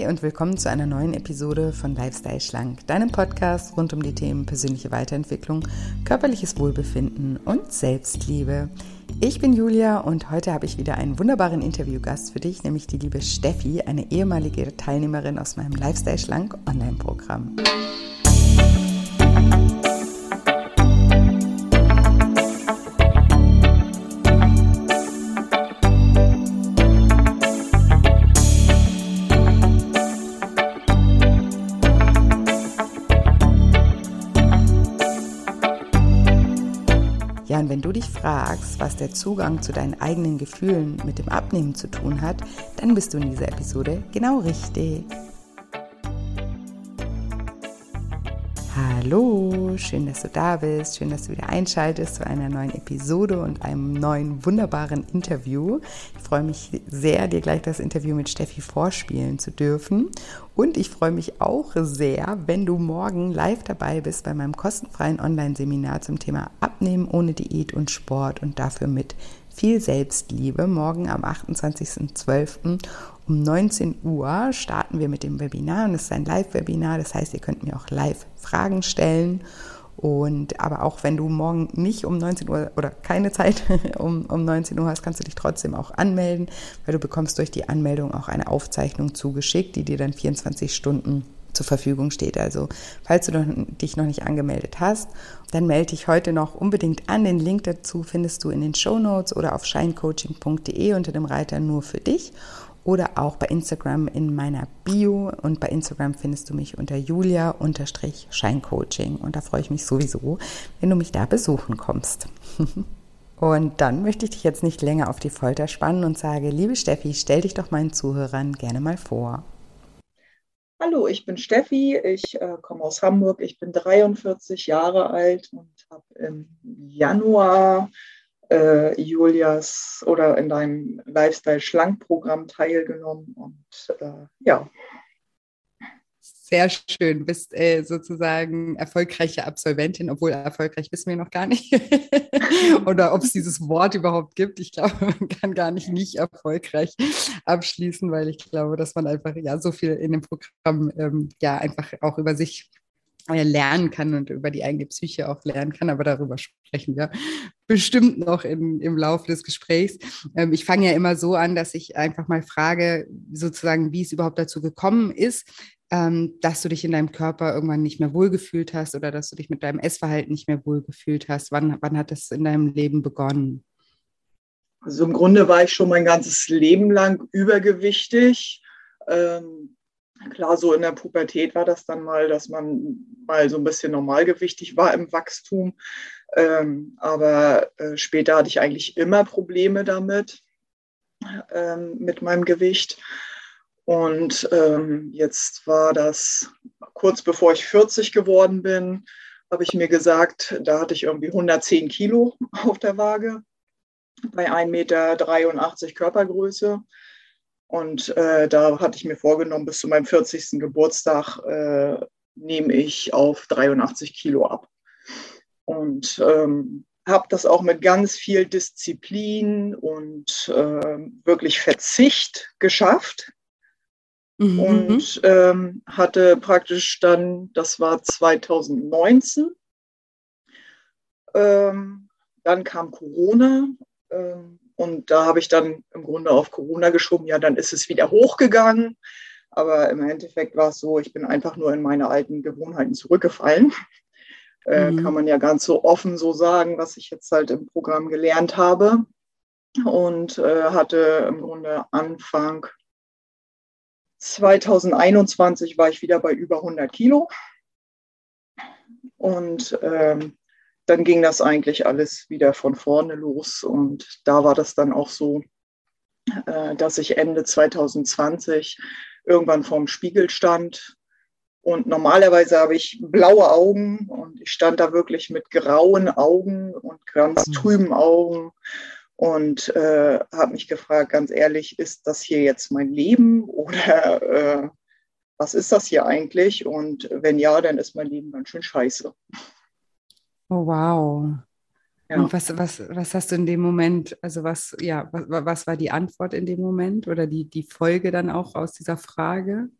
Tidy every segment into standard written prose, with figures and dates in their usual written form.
und willkommen zu einer neuen Episode von Lifestyle Schlank, deinem Podcast rund um die Themen persönliche Weiterentwicklung, körperliches Wohlbefinden und Selbstliebe. Ich bin Julia und heute habe ich wieder einen wunderbaren Interviewgast für dich, nämlich die liebe Steffi, eine ehemalige Teilnehmerin aus meinem Lifestyle Schlank Online-Programm. Ja, und wenn du dich fragst, was der Zugang zu deinen eigenen Gefühlen mit dem Abnehmen zu tun hat, dann bist du in dieser Episode genau richtig. Hallo, schön, dass du da bist, schön, dass du wieder einschaltest zu einer neuen Episode und einem neuen wunderbaren Interview. Ich freue mich sehr, dir gleich das Interview mit Steffi vorspielen zu dürfen. Und ich freue mich auch sehr, wenn du morgen live dabei bist bei meinem kostenfreien Online-Seminar zum Thema Abnehmen ohne Diät und Sport und dafür mit viel Selbstliebe. Morgen am 28.12. um 19 Uhr starten wir mit dem Webinar und es ist ein Live-Webinar, das heißt, ihr könnt mir auch live Fragen stellen. Aber auch wenn du morgen nicht um 19 Uhr oder keine Zeit um 19 Uhr hast, kannst du dich trotzdem auch anmelden, weil du bekommst durch die Anmeldung auch eine Aufzeichnung zugeschickt, die dir dann 24 Stunden zur Verfügung steht. Also falls du dich noch nicht angemeldet hast, dann melde dich heute noch unbedingt an. Den Link dazu findest du in den Shownotes oder auf shinecoaching.de unter dem Reiter nur für dich oder auch bei Instagram in meiner Bio, und bei Instagram findest du mich unter julia_shinecoaching und da freue ich mich sowieso, wenn du mich da besuchen kommst. Und dann möchte ich dich jetzt nicht länger auf die Folter spannen und sage, liebe Steffi, stell dich doch meinen Zuhörern gerne mal vor. Hallo, ich bin Steffi, ich komme aus Hamburg, ich bin 43 Jahre alt und habe im Januar Julias oder in deinem Lifestyle-Schlank-Programm teilgenommen und ja. Sehr schön, bist sozusagen erfolgreiche Absolventin, obwohl erfolgreich wissen wir noch gar nicht. Oder ob es dieses Wort überhaupt gibt. Ich glaube, man kann gar nicht erfolgreich abschließen, weil ich glaube, dass man einfach so viel in dem Programm einfach auch über sich lernen kann und über die eigene Psyche auch lernen kann, aber darüber sprechen wir bestimmt noch im Laufe des Gesprächs. Ich fange ja immer so an, dass ich einfach mal frage, sozusagen, wie es überhaupt dazu gekommen ist, dass du dich in deinem Körper irgendwann nicht mehr wohlgefühlt hast oder dass du dich mit deinem Essverhalten nicht mehr wohlgefühlt hast. Wann hat das in deinem Leben begonnen? Also im Grunde war ich schon mein ganzes Leben lang übergewichtig. Klar, so in der Pubertät war das dann mal, dass man mal so ein bisschen normalgewichtig war im Wachstum. Aber später hatte ich eigentlich immer Probleme damit, mit meinem Gewicht. Und jetzt war das kurz bevor ich 40 geworden bin, habe ich mir gesagt, da hatte ich irgendwie 110 Kilo auf der Waage bei 1,83 Meter Körpergröße. Und da hatte ich mir vorgenommen, bis zu meinem 40. Geburtstag nehme ich auf 83 Kilo ab. Und habe das auch mit ganz viel Disziplin und wirklich Verzicht geschafft. Und hatte praktisch dann, das war 2019, dann kam Corona und da habe ich dann im Grunde auf Corona geschoben, ja, dann ist es wieder hochgegangen, aber im Endeffekt war es so, ich bin einfach nur in meine alten Gewohnheiten zurückgefallen. Kann man ja ganz so offen so sagen, was ich jetzt halt im Programm gelernt habe und hatte im Grunde Anfang 2021 war ich wieder bei über 100 Kilo und dann ging das eigentlich alles wieder von vorne los und da war das dann auch so, dass ich Ende 2020 irgendwann vorm Spiegel stand und normalerweise habe ich blaue Augen und ich stand da wirklich mit grauen Augen und ganz trüben Augen und habe mich gefragt, ganz ehrlich, ist das hier jetzt mein Leben oder was ist das hier eigentlich? Und wenn ja, dann ist mein Leben ganz schön scheiße. Oh, wow. Ja. Und was hast du in dem Moment, also was war die Antwort in dem Moment oder die Folge dann auch aus dieser Frage?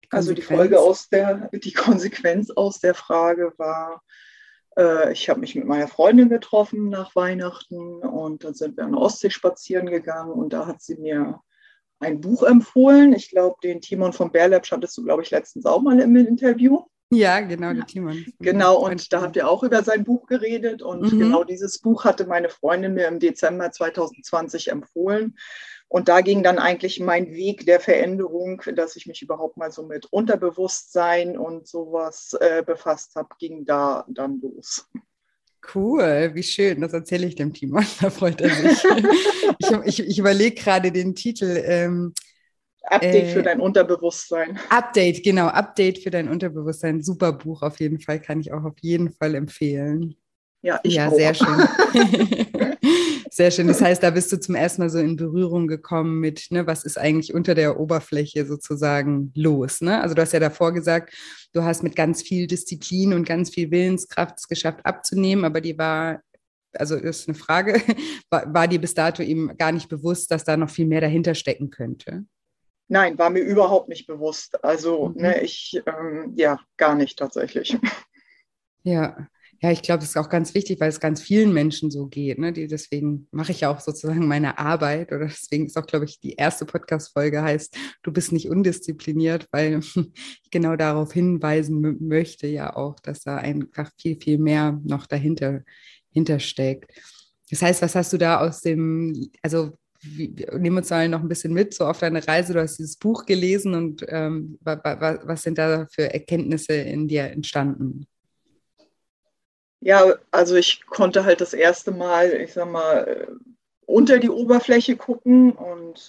Also Konsequenz? die Konsequenz aus der Frage war, ich habe mich mit meiner Freundin getroffen nach Weihnachten und dann sind wir an der Ostsee spazieren gegangen und da hat sie mir ein Buch empfohlen. Ich glaube, den Timon von Berlepsch hattest du, glaube ich, letztens auch mal im Interview. Ja, genau, der Timon. Genau, Freund und da von habt ihr auch über sein Buch geredet. Und mir. genau dieses Buch hatte meine Freundin mir im Dezember 2020 empfohlen. Und da ging dann eigentlich mein Weg der Veränderung, dass ich mich überhaupt mal so mit Unterbewusstsein und sowas befasst habe, ging da dann los. Cool, wie schön. Das erzähle ich dem Timon, da freut er sich. Ich überlege gerade den Titel. Update für Äh, dein Unterbewusstsein. Update, genau, Update für dein Unterbewusstsein. Super Buch auf jeden Fall, kann ich auch auf jeden Fall empfehlen. Ja, ich Ja, auch. sehr schön. Sehr schön. Das heißt, da bist du zum ersten Mal so in Berührung gekommen mit, ne, was ist eigentlich unter der Oberfläche sozusagen los, ne? Also du hast ja davor gesagt, du hast mit ganz viel Disziplin und ganz viel Willenskraft es geschafft abzunehmen, aber die war, also das ist eine Frage, war dir bis dato eben gar nicht bewusst, dass da noch viel mehr dahinter stecken könnte? Nein, war mir überhaupt nicht bewusst. Also, Mhm. ne, ja, gar nicht tatsächlich. Ja, ja, ich glaube, das ist auch ganz wichtig, weil es ganz vielen Menschen so geht. Ne? Deswegen mache ich ja auch sozusagen meine Arbeit oder deswegen ist auch, glaube ich, die erste Podcast-Folge heißt, du bist nicht undiszipliniert, weil ich genau darauf hinweisen möchte ja auch, dass da einfach viel, viel mehr noch dahinter steckt. Das heißt, was hast du da aus dem, also nehmen uns mal noch ein bisschen mit, so auf deine Reise. Du hast dieses Buch gelesen und was sind da für Erkenntnisse in dir entstanden? Ja, also ich konnte halt das erste Mal, ich sag mal, unter die Oberfläche gucken und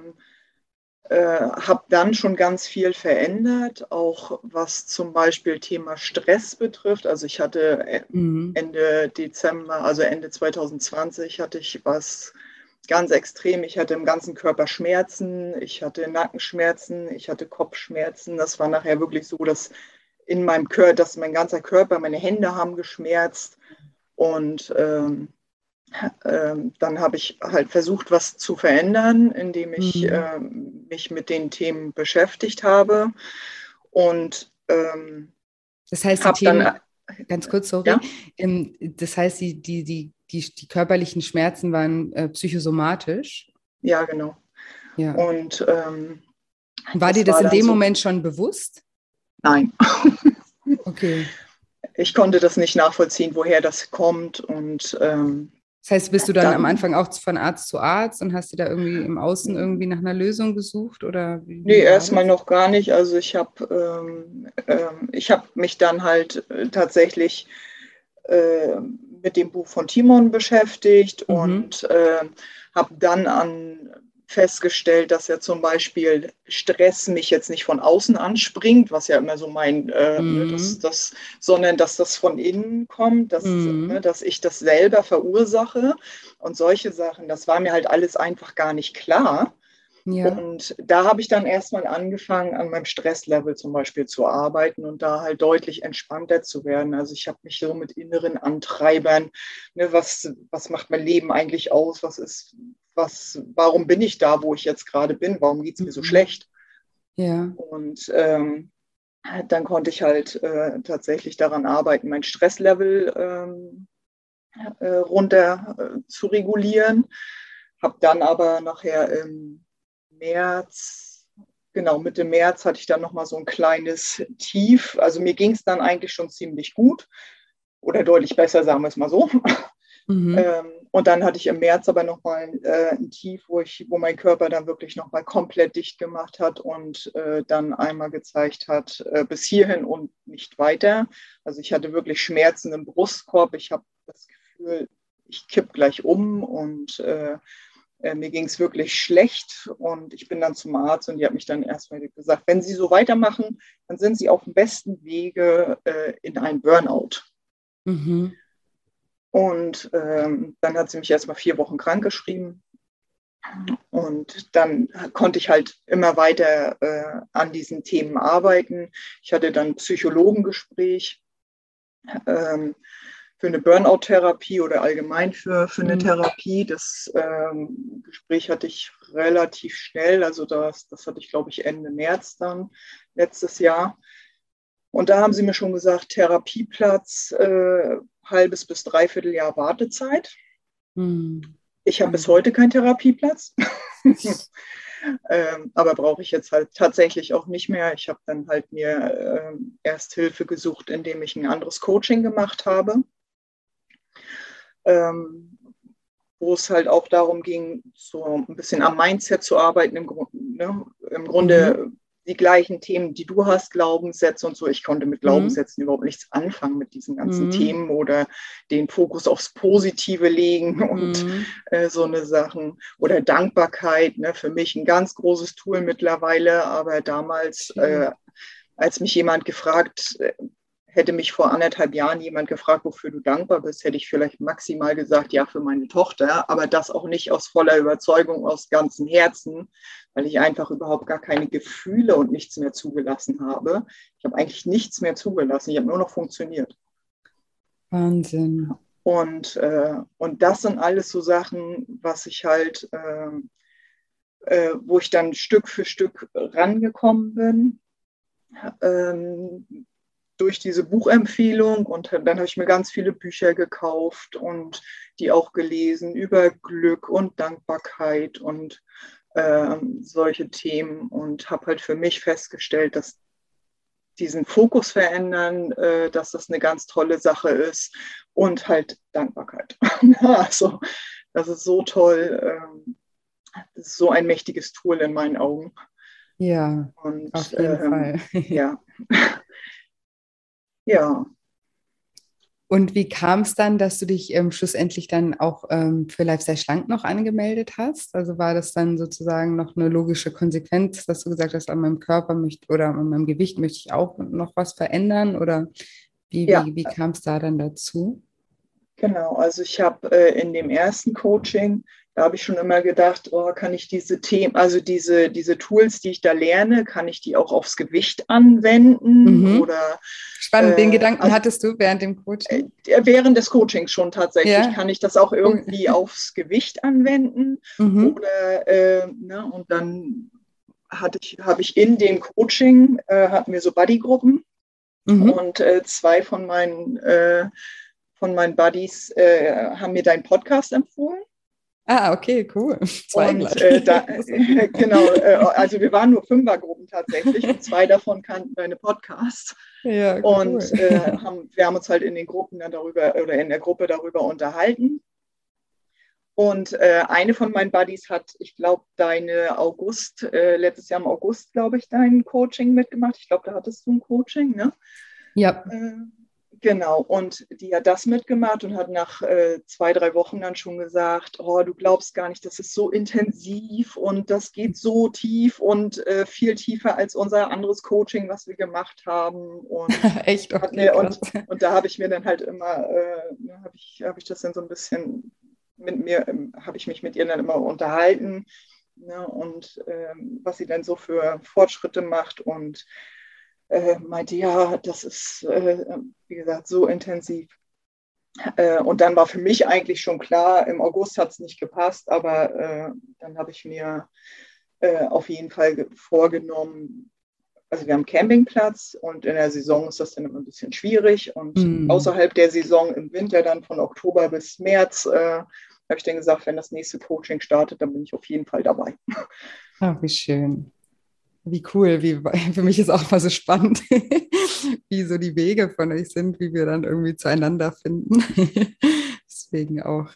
habe dann schon ganz viel verändert, auch was zum Beispiel Thema Stress betrifft. Also ich hatte Mhm. Ende Dezember, also Ende 2020 hatte ich was ganz extrem. Ich hatte im ganzen Körper Schmerzen, ich hatte Nackenschmerzen, ich hatte Kopfschmerzen. Das war nachher wirklich so, dass in meinem Körper, dass mein ganzer Körper, meine Hände haben geschmerzt. Und dann habe ich halt versucht, was zu verändern, indem ich Mhm. mich mit den Themen beschäftigt habe. Und Das heißt, die habe dann, Themen, ganz kurz, sorry, ja, das heißt, die körperlichen Schmerzen waren psychosomatisch. ja, genau. Ja. Und War dir das das war in dann dem so, Moment schon bewusst? nein, Okay. ich konnte das nicht nachvollziehen, woher das kommt. Und Das heißt, bist du dann am dann, Anfang auch von Arzt zu Arzt und hast du da irgendwie im Außen irgendwie nach einer Lösung gesucht oder nee, wie war erstmal das? noch gar nicht. Also ich hab mich dann halt tatsächlich mit dem Buch von Timon beschäftigt Mhm. und habe dann festgestellt, dass ja zum Beispiel Stress mich jetzt nicht von außen anspringt, was ja immer so ne, Mhm. sondern dass das von innen kommt, ne, Mhm. dass ich das selber verursache und solche Sachen. Das war mir halt alles einfach gar nicht klar. Ja. Und da habe ich dann erstmal angefangen, an meinem Stresslevel zum Beispiel zu arbeiten und da halt deutlich entspannter zu werden. Also ich habe mich so mit inneren Antreibern, ne, was macht mein Leben eigentlich aus? Warum bin ich da, wo ich jetzt gerade bin? Warum geht es mir so Mhm. schlecht? Ja. Und dann konnte ich halt tatsächlich daran arbeiten, mein Stresslevel runter zu regulieren. Habe dann aber nachher im März, genau Mitte März, hatte ich dann nochmal so ein kleines Tief. Also mir ging es dann eigentlich schon ziemlich gut oder deutlich besser, sagen wir es mal so. Mhm. Und dann hatte ich im März aber nochmal ein Tief, wo mein Körper dann wirklich nochmal komplett dicht gemacht hat und dann einmal gezeigt hat, bis hierhin und nicht weiter. Also ich hatte wirklich Schmerzen im Brustkorb. Ich habe das Gefühl, ich kipp gleich um und mir ging es wirklich schlecht und ich bin dann zum Arzt und die hat mich dann erstmal gesagt, wenn Sie so weitermachen, dann sind Sie auf dem besten Wege in ein Burnout. Mhm. Und dann hat sie mich erstmal 4 Wochen krank geschrieben. Und dann konnte ich halt immer weiter an diesen Themen arbeiten. Ich hatte dann ein Psychologengespräch für eine Burnout-Therapie oder allgemein für eine Mhm. Therapie. Das Gespräch hatte ich relativ schnell, also das hatte ich, glaube ich, Ende März dann. letztes Jahr. Und da haben sie mir schon gesagt, Therapieplatz, halbes bis dreiviertel Jahr Wartezeit. Ich habe bis heute keinen Therapieplatz. Aber brauche ich jetzt halt tatsächlich auch nicht mehr. Ich habe dann halt mir erst Hilfe gesucht, indem ich ein anderes Coaching gemacht habe, wo es halt auch darum ging, so ein bisschen am Mindset zu arbeiten. Im Grunde die gleichen Themen, die du hast, Glaubenssätze und so. Ich konnte mit Glaubenssätzen überhaupt nichts anfangen mit diesen ganzen Themen oder den Fokus aufs Positive legen und so eine Sachen. Oder Dankbarkeit, ne, für mich ein ganz großes Tool mittlerweile. Aber damals, als mich jemand gefragt hätte mich vor 1,5 Jahren jemand gefragt, wofür du dankbar bist, hätte ich vielleicht maximal gesagt, ja, für meine Tochter, aber das auch nicht aus voller Überzeugung, aus ganzem Herzen, weil ich einfach überhaupt gar keine Gefühle und nichts mehr zugelassen habe. Ich habe eigentlich nichts mehr zugelassen, ich habe nur noch funktioniert. Wahnsinn. Und das sind alles so Sachen, was ich halt, wo ich dann Stück für Stück rangekommen bin. Durch diese Buchempfehlung und dann habe ich mir ganz viele Bücher gekauft und die auch gelesen über Glück und Dankbarkeit und solche Themen und habe halt für mich festgestellt, dass diesen Fokus verändern, dass das eine ganz tolle Sache ist und halt Dankbarkeit. Also das ist so toll, das ist so ein mächtiges Tool in meinen Augen. Ja, und, auf jeden Fall. Ja. Ja. Und wie kam es dann, dass du dich schlussendlich dann auch für Lifestyle Schlank noch angemeldet hast? Also war das dann sozusagen noch eine logische Konsequenz, dass du gesagt hast, an meinem Körper oder an meinem Gewicht möchte ich auch noch was verändern? Oder wie kam es da dann dazu? Genau, also ich habe in dem ersten Coaching, da habe ich schon immer gedacht, oh, kann ich diese Themen, also diese Tools, die ich da lerne, kann ich die auch aufs Gewicht anwenden? Oder spannend, den Gedanken hattest du während dem Coaching? Während des Coachings schon tatsächlich. Ja. Kann ich das auch irgendwie aufs Gewicht anwenden? Oder und dann habe ich in dem Coaching hatten wir so Buddy-Gruppen und 2 von meinen Buddies haben mir deinen Podcast empfohlen. Ah, okay, cool. 2 und genau, also wir waren nur 5er-Gruppen tatsächlich und 2 davon kannten deine Podcasts. Ja, cool. Und wir haben uns halt in den Gruppen dann darüber oder in der Gruppe darüber unterhalten. Und eine von meinen Buddies hat, ich glaube, letztes Jahr im August, glaube ich, dein Coaching mitgemacht. Ich glaube, da hattest du ein Coaching, ne? Ja. Genau, und die hat das mitgemacht und hat nach 2, 3 Wochen dann schon gesagt, oh, du glaubst gar nicht, das ist so intensiv und das geht so tief und viel tiefer als unser anderes Coaching, was wir gemacht haben. Und echt? Okay, und da habe ich mir dann halt immer, habe ich das dann so ein bisschen habe ich mich mit ihr dann immer unterhalten, ne, und was sie dann so für Fortschritte macht und meinte, ja, das ist, wie gesagt, so intensiv. Und dann war für mich eigentlich schon klar, im August hat es nicht gepasst, aber dann habe ich mir auf jeden Fall vorgenommen, also wir haben einen Campingplatz und in der Saison ist das dann immer ein bisschen schwierig und außerhalb der Saison im Winter dann von Oktober bis März habe ich dann gesagt, wenn das nächste Coaching startet, dann bin ich auf jeden Fall dabei. Ach, wie schön. Wie cool, für mich ist auch mal so spannend, wie so die Wege von euch sind, wie wir dann irgendwie zueinander finden. Deswegen auch,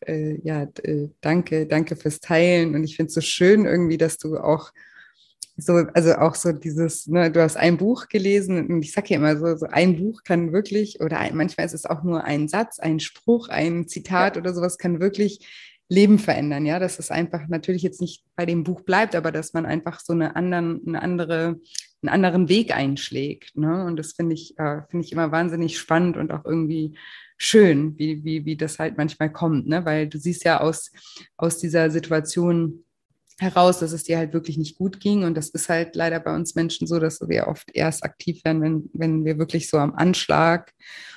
danke fürs Teilen. Und ich finde es so schön irgendwie, dass du auch so, also auch so dieses, ne, du hast ein Buch gelesen und ich sage ja immer so ein Buch kann wirklich, oder manchmal ist es auch nur ein Satz, ein Spruch, ein Zitat oder sowas, kann wirklich Leben verändern, ja, dass es einfach natürlich jetzt nicht bei dem Buch bleibt, aber dass man einfach so einen anderen Weg einschlägt, ne? Und das finde ich immer wahnsinnig spannend und auch irgendwie schön, wie das halt manchmal kommt, ne? Weil du siehst ja aus dieser Situation heraus, dass es dir halt wirklich nicht gut ging und das ist halt leider bei uns Menschen so, dass wir oft erst aktiv werden, wenn wir wirklich so am Anschlag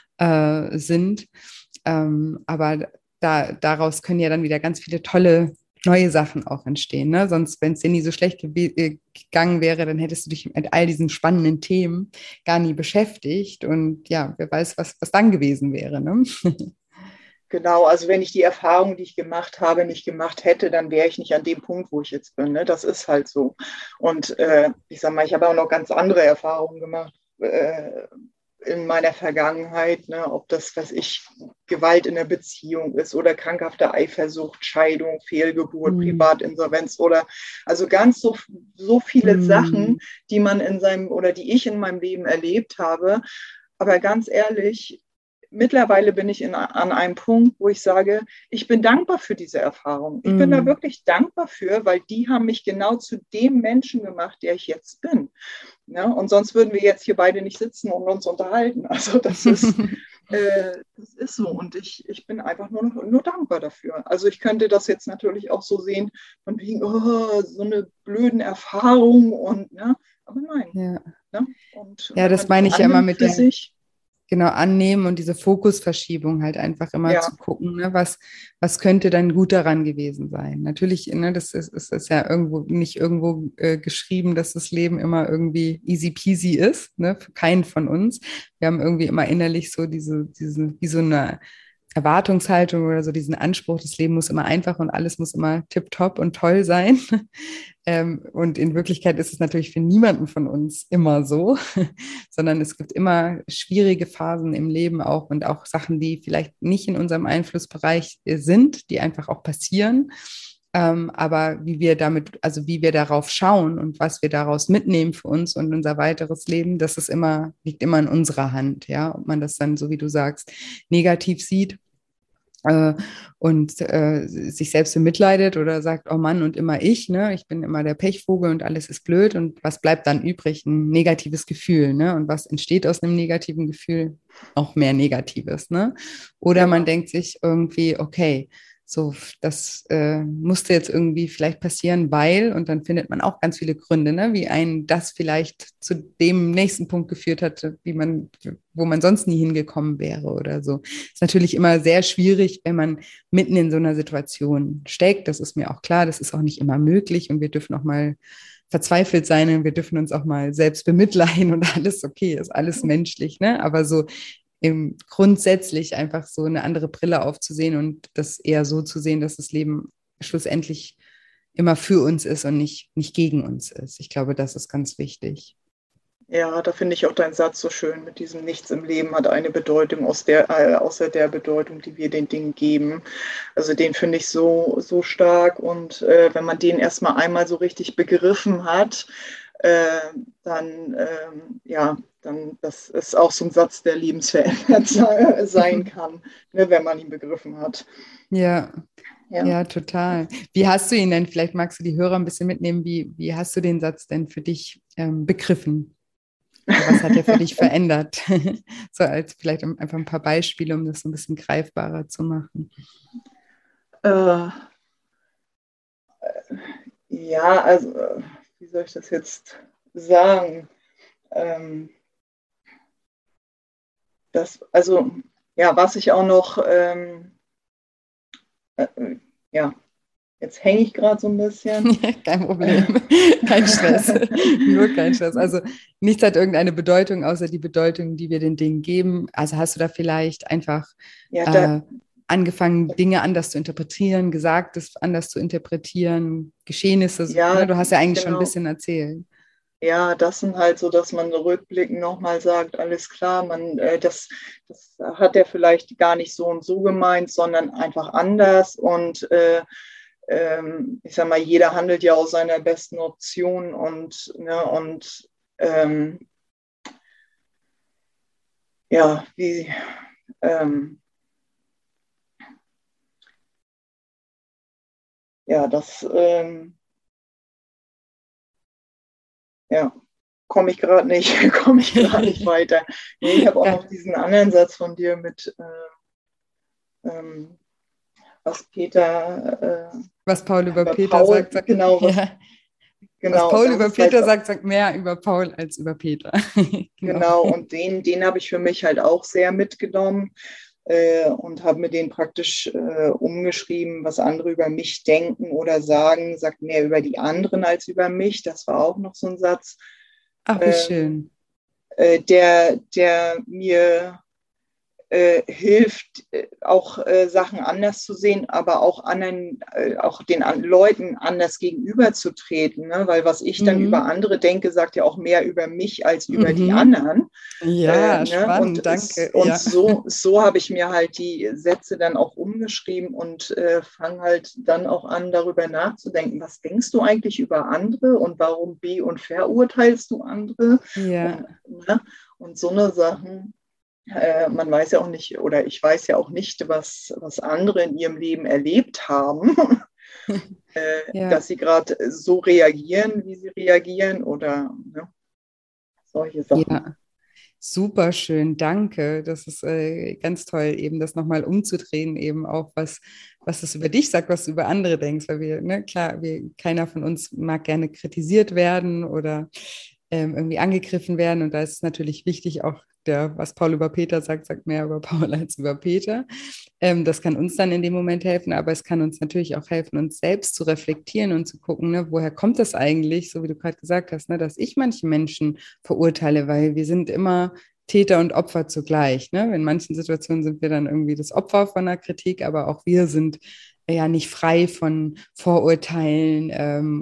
sind, aber daraus können ja dann wieder ganz viele tolle neue Sachen auch entstehen. Ne? Sonst, wenn es dir nie so schlecht gegangen wäre, dann hättest du dich mit all diesen spannenden Themen gar nie beschäftigt. Und ja, wer weiß, was dann gewesen wäre. Ne? Genau, also wenn ich die Erfahrung, die ich gemacht habe, nicht gemacht hätte, dann wäre ich nicht an dem Punkt, wo ich jetzt bin. Ne? Das ist halt so. Und ich sag mal, ich habe auch noch ganz andere Erfahrungen gemacht in meiner Vergangenheit, ne? Ob das, was ich, Gewalt in der Beziehung ist oder krankhafte Eifersucht, Scheidung, Fehlgeburt, Privatinsolvenz oder also ganz so viele Sachen, die man in seinem oder die ich in meinem Leben erlebt habe. Aber ganz ehrlich, mittlerweile bin ich an einem Punkt, wo ich sage, ich bin dankbar für diese Erfahrung. Ich bin da wirklich dankbar für, weil die haben mich genau zu dem Menschen gemacht, der ich jetzt bin. Ja, und sonst würden wir jetzt hier beide nicht sitzen und uns unterhalten. Also das ist so. Und ich bin einfach nur dankbar dafür. Also ich könnte das jetzt natürlich auch so sehen, von wegen, oh, so eine blöden Erfahrung und, ne? Aber nein. Ja, Ne? Und ja, das meine ich ja immer mit für sich. Genau, annehmen und diese Fokusverschiebung halt einfach immer Ja. zu gucken, ne, was könnte dann gut daran gewesen sein. Natürlich, ne, das ist ja irgendwo nicht irgendwo geschrieben, dass das Leben immer irgendwie easy peasy ist, ne, für keinen von uns. Wir haben irgendwie immer innerlich so wie so eine Erwartungshaltung oder so diesen Anspruch, das Leben muss immer einfach und alles muss immer tipptopp und toll sein. Und in Wirklichkeit ist es natürlich für niemanden von uns immer so, sondern es gibt immer schwierige Phasen im Leben auch und auch Sachen, die vielleicht nicht in unserem Einflussbereich sind, die einfach auch passieren. Aber wie wir damit, also wie wir darauf schauen und was wir daraus mitnehmen für uns und unser weiteres Leben, das ist immer, liegt immer in unserer Hand, ja. Ob man das dann, so wie du sagst, negativ sieht und sich selbst bemitleidet oder sagt, oh Mann, und immer ich, ne? Ich bin immer der Pechvogel und alles ist blöd. Und was bleibt dann übrig? Ein negatives Gefühl, ne? Und was entsteht aus einem negativen Gefühl? Auch mehr Negatives, ne? Oder man denkt sich irgendwie, okay, so, das musste jetzt irgendwie vielleicht passieren, weil, und dann findet man auch ganz viele Gründe, ne, wie einen das vielleicht zu dem nächsten Punkt geführt hat, wo man sonst nie hingekommen wäre oder so. Ist natürlich immer sehr schwierig, wenn man mitten in so einer Situation steckt. Das ist mir auch klar, das ist auch nicht immer möglich und wir dürfen auch mal verzweifelt sein und wir dürfen uns auch mal selbst bemitleiden und alles okay, ist alles menschlich, ne? Aber so grundsätzlich einfach so eine andere Brille aufzusehen und das eher so zu sehen, dass das Leben schlussendlich immer für uns ist und nicht gegen uns ist. Ich glaube, das ist ganz wichtig. Ja, da finde ich auch deinen Satz so schön mit diesem Nichts im Leben hat eine Bedeutung außer der Bedeutung, die wir den Dingen geben. Also den finde ich so stark und wenn man den erstmal einmal so richtig begriffen hat, dann, dann, das ist auch so ein Satz, der lebensverändert sein kann, ne, wenn man ihn begriffen hat. Ja, Ja. ja, total. Wie hast du ihn denn, vielleicht magst du die Hörer ein bisschen mitnehmen, wie hast du den Satz denn für dich begriffen? Was hat er für dich verändert? So als vielleicht einfach ein paar Beispiele, um das so ein bisschen greifbarer zu machen. Ja, also wie soll ich das jetzt sagen? Also, ja, was ich auch noch, ja, jetzt hänge ich gerade so ein bisschen. Kein Problem, kein Stress, nur kein Stress. Also nichts hat irgendeine Bedeutung, außer die Bedeutung, die wir den Dingen geben. Also hast du da vielleicht einfach angefangen, Dinge anders zu interpretieren, Gesagtes anders zu interpretieren, Geschehnisse, ja, ne? Du hast ja eigentlich schon genau. ein bisschen erzählt. Ja, das sind halt so, dass man rückblickend nochmal sagt, alles klar, das hat er vielleicht gar nicht so und so gemeint, sondern einfach anders. Und ich sag mal, jeder handelt ja aus seiner besten Option ja, wie ja, das ja, komme ich gerade nicht weiter. Nee, ich habe auch noch diesen anderen Satz von dir mit was Paul über Peter sagt. Genau, was Paul über Peter sagt mehr über Paul als über Peter. Genau, und den habe ich für mich halt auch sehr mitgenommen. und habe mir den praktisch umgeschrieben, was andere über mich denken oder sagen, sagt mehr über die anderen als über mich. Das war auch noch so ein Satz, Ach, wie schön. der mir hilft, auch Sachen anders zu sehen, aber auch auch den Leuten anders gegenüberzutreten. Ne? Weil was ich dann über Mhm. andere denke, sagt ja auch mehr über mich als über die Mhm. anderen. Ja, Ne? spannend, danke. Und Ja. so habe ich mir halt die Sätze dann auch umgeschrieben und fange halt dann auch an, darüber nachzudenken, was denkst du eigentlich über andere und warum und verurteilst du andere? Ja. Und, ne? Und so eine Sachen. Man weiß ja auch nicht, oder ich weiß ja auch nicht, was andere in ihrem Leben erlebt haben, Ja. dass sie gerade so reagieren, wie sie reagieren oder ne, solche Sachen. Ja. Super schön, danke. Das ist ganz toll, eben das nochmal umzudrehen, eben auch was es über dich sagt, was du über andere denkst, weil wir, ne, klar, keiner von uns mag gerne kritisiert werden oder irgendwie angegriffen werden. Und da ist es natürlich wichtig, auch was Paul über Peter sagt, sagt mehr über Paul als über Peter. Das kann uns dann in dem Moment helfen, aber es kann uns natürlich auch helfen, uns selbst zu reflektieren und zu gucken, ne, woher kommt das eigentlich, so wie du gerade gesagt hast, ne, dass ich manche Menschen verurteile, weil wir sind immer Täter und Opfer zugleich. Ne? In manchen Situationen sind wir dann irgendwie das Opfer von einer Kritik, aber auch wir sind ja nicht frei von Vorurteilen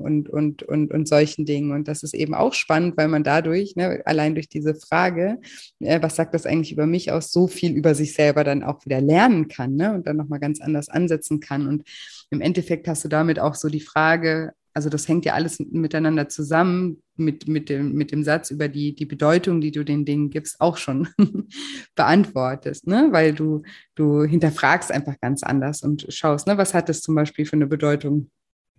und solchen Dingen. Und das ist eben auch spannend, weil man dadurch, ne, allein durch diese Frage, was sagt das eigentlich über mich aus, so viel über sich selber dann auch wieder lernen kann, ne? Und dann nochmal ganz anders ansetzen kann. Und im Endeffekt hast du damit auch so die Frage, also das hängt ja alles miteinander zusammen mit dem Satz über die Bedeutung, die du den Dingen gibst, auch schon beantwortest, ne? Weil du hinterfragst einfach ganz anders und schaust, ne, was hat das zum Beispiel für eine Bedeutung,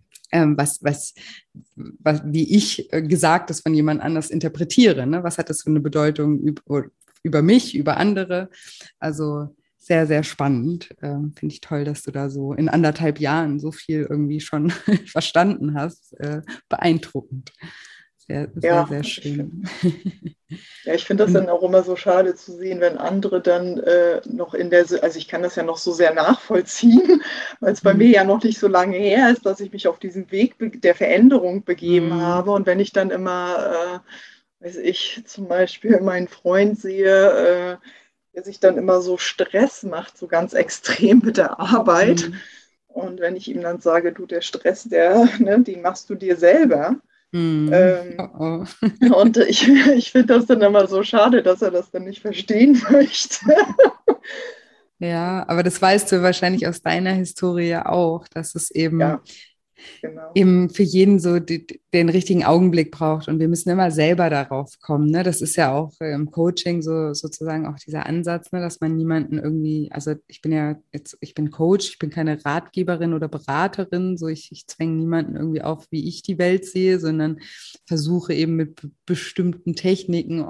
wie ich Gesagtes von jemand anders interpretiere, ne? Was hat das für eine Bedeutung über mich, über andere? Also sehr, sehr spannend. Finde ich toll, dass du da so in 1,5 Jahren so viel irgendwie schon verstanden hast. Beeindruckend. Sehr, sehr, Ja, sehr schön. ich finde das dann Und auch immer so schade zu sehen, wenn andere dann noch also ich kann das ja noch so sehr nachvollziehen, weil es bei mir ja noch nicht so lange her ist, dass ich mich auf diesen Weg der Veränderung begeben habe. Und wenn ich dann immer, weiß ich, zum Beispiel meinen Freund sehe, der sich dann immer so Stress macht, so ganz extrem mit der Arbeit. mm, Und wenn ich ihm dann sage, du, der Stress, ne, den machst du dir selber. oh, Ähm, oh. und ich finde das dann immer so schade, dass er das dann nicht verstehen möchte. Ja, aber das weißt du wahrscheinlich aus deiner Historie auch, dass es Ja, genau. eben für jeden so den richtigen Augenblick braucht. Und wir müssen immer selber darauf kommen. Ne? Das ist ja auch im Coaching so sozusagen auch dieser Ansatz, ne? Dass man niemanden irgendwie, also ich bin ja jetzt, ich bin Coach, ich bin keine Ratgeberin oder Beraterin, so ich zwänge niemanden irgendwie auf, wie ich die Welt sehe, sondern versuche eben mit bestimmten Techniken